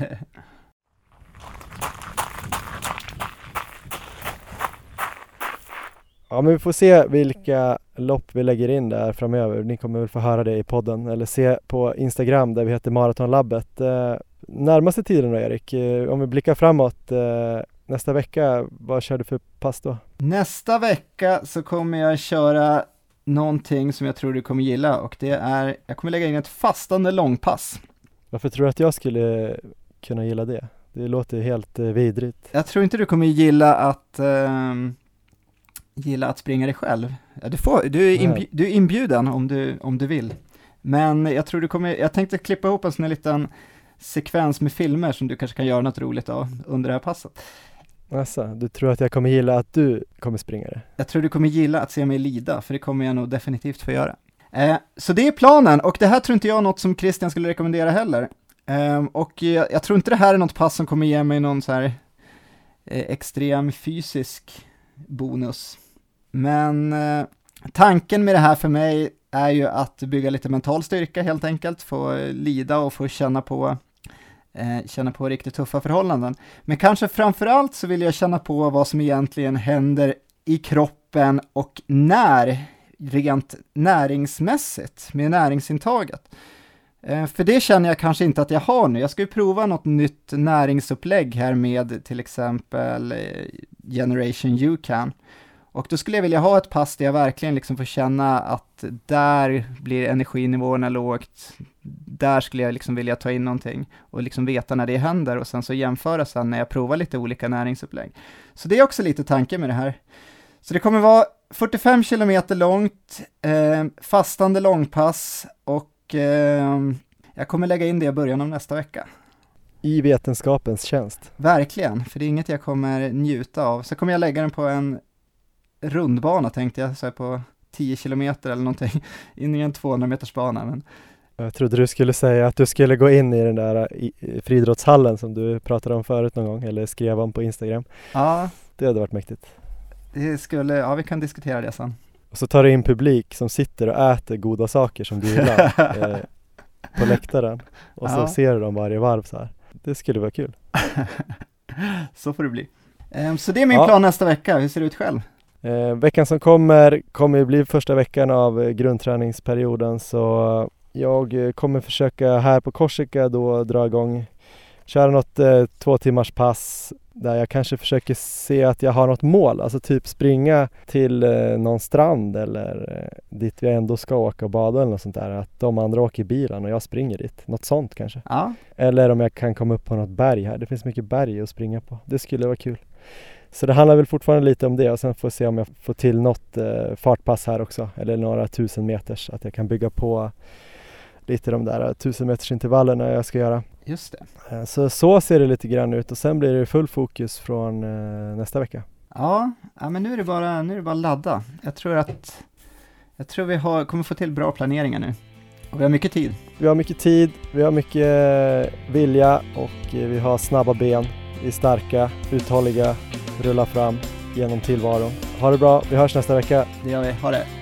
Ja, men vi får se vilka lopp vi lägger in där framöver. Ni kommer väl få höra det i podden eller se på Instagram där vi heter Maratonlabbet. Eh, närmaste tiden då, Erik, eh, om vi blickar framåt eh, nästa vecka, vad kör du för pass då? Nästa vecka så kommer jag köra någonting som jag tror du kommer gilla, och det är, jag kommer lägga in ett fastande långpass. Varför tror du att jag skulle kunna gilla det? Det låter helt eh, vidrigt. Jag tror inte du kommer gilla att eh, gilla att springa dig själv. Ja, du, får, du, är inbj- du är inbjuden om du, om du vill. Men jag tror du kommer, jag tänkte klippa ihop en sån här liten sekvens med filmer som du kanske kan göra något roligt av under det här passet. Alltså, du tror att jag kommer gilla att du kommer springa det? Jag tror du kommer gilla att se mig lida, för det kommer jag nog definitivt få göra. Eh, så det är planen, och det här tror inte jag är något som Christian skulle rekommendera heller. Eh, och jag, jag tror inte det här är något pass som kommer ge mig någon så här eh, extrem fysisk bonus. Men eh, tanken med det här för mig är ju att bygga lite mental styrka helt enkelt, få lida och få känna på Eh, känna på riktigt tuffa förhållanden. Men kanske framförallt så vill jag känna på vad som egentligen händer i kroppen och när, rent näringsmässigt, med näringsintaget. Eh, för det känner jag kanske inte att jag har nu. Jag ska ju prova något nytt näringsupplägg här med till exempel eh, Generation U C A N. Och då skulle jag vilja ha ett pass där jag verkligen liksom får känna att där blir energinivåerna lågt. Där skulle jag liksom vilja ta in någonting och liksom veta när det händer, och sen så jämföra sen när jag provar lite olika näringsupplägg. Så det är också lite tanke med det här. Så det kommer vara fyrtiofem kilometer långt, eh, fastande långpass, och eh, jag kommer lägga in det i början av nästa vecka. I vetenskapens tjänst. Verkligen, för det är inget jag kommer njuta av. Så kommer jag lägga den på en rundbana, tänkte jag, så här på tio kilometer eller någonting, in i en tvåhundra meters bana. Men jag trodde du skulle säga att du skulle gå in i den där i, i friidrottshallen som du pratade om förut någon gång, eller skrev om på Instagram. Ja, det hade varit mäktigt. Det skulle, ja, vi kan diskutera det sen. Och så tar du in publik som sitter och äter goda saker som du gillar eh, på läktaren. Och så ja. ser du dem varje varv så här. Det skulle vara kul. Så får det bli. Um, så det är min ja. plan nästa vecka. Hur ser det ut själv? Eh, veckan som kommer kommer bli första veckan av eh, grundträningsperioden, så jag kommer försöka här på Korsika då dra igång, köra något eh, två timmars pass där jag kanske försöker se att jag har något mål, alltså typ springa till eh, någon strand eller eh, dit vi ändå ska åka och bada eller något sånt där, att de andra åker i bilen och jag springer dit, något sånt kanske. Ja. Eller om jag kan komma upp på något berg här, det finns mycket berg att springa på, det skulle vara kul. Så det handlar väl fortfarande lite om det, och sen får jag se om jag får till något eh, fartpass här också, eller några tusen meters, att jag kan bygga på lite de där tusen meters intervallerna jag ska göra. Just det. Eh, så så ser det lite grann ut, och sen blir det full fokus från eh, nästa vecka. Ja, ja, men nu är det bara nu är det bara ladda. Jag tror att jag tror vi har kommer få till bra planeringar nu. Och vi har mycket tid. Vi har mycket tid, vi har mycket vilja, och eh, vi har snabba ben. Vi är starka, uthålliga, rullar fram genom tillvaron. Ha det bra, vi hörs nästa vecka. Det gör vi, ha det.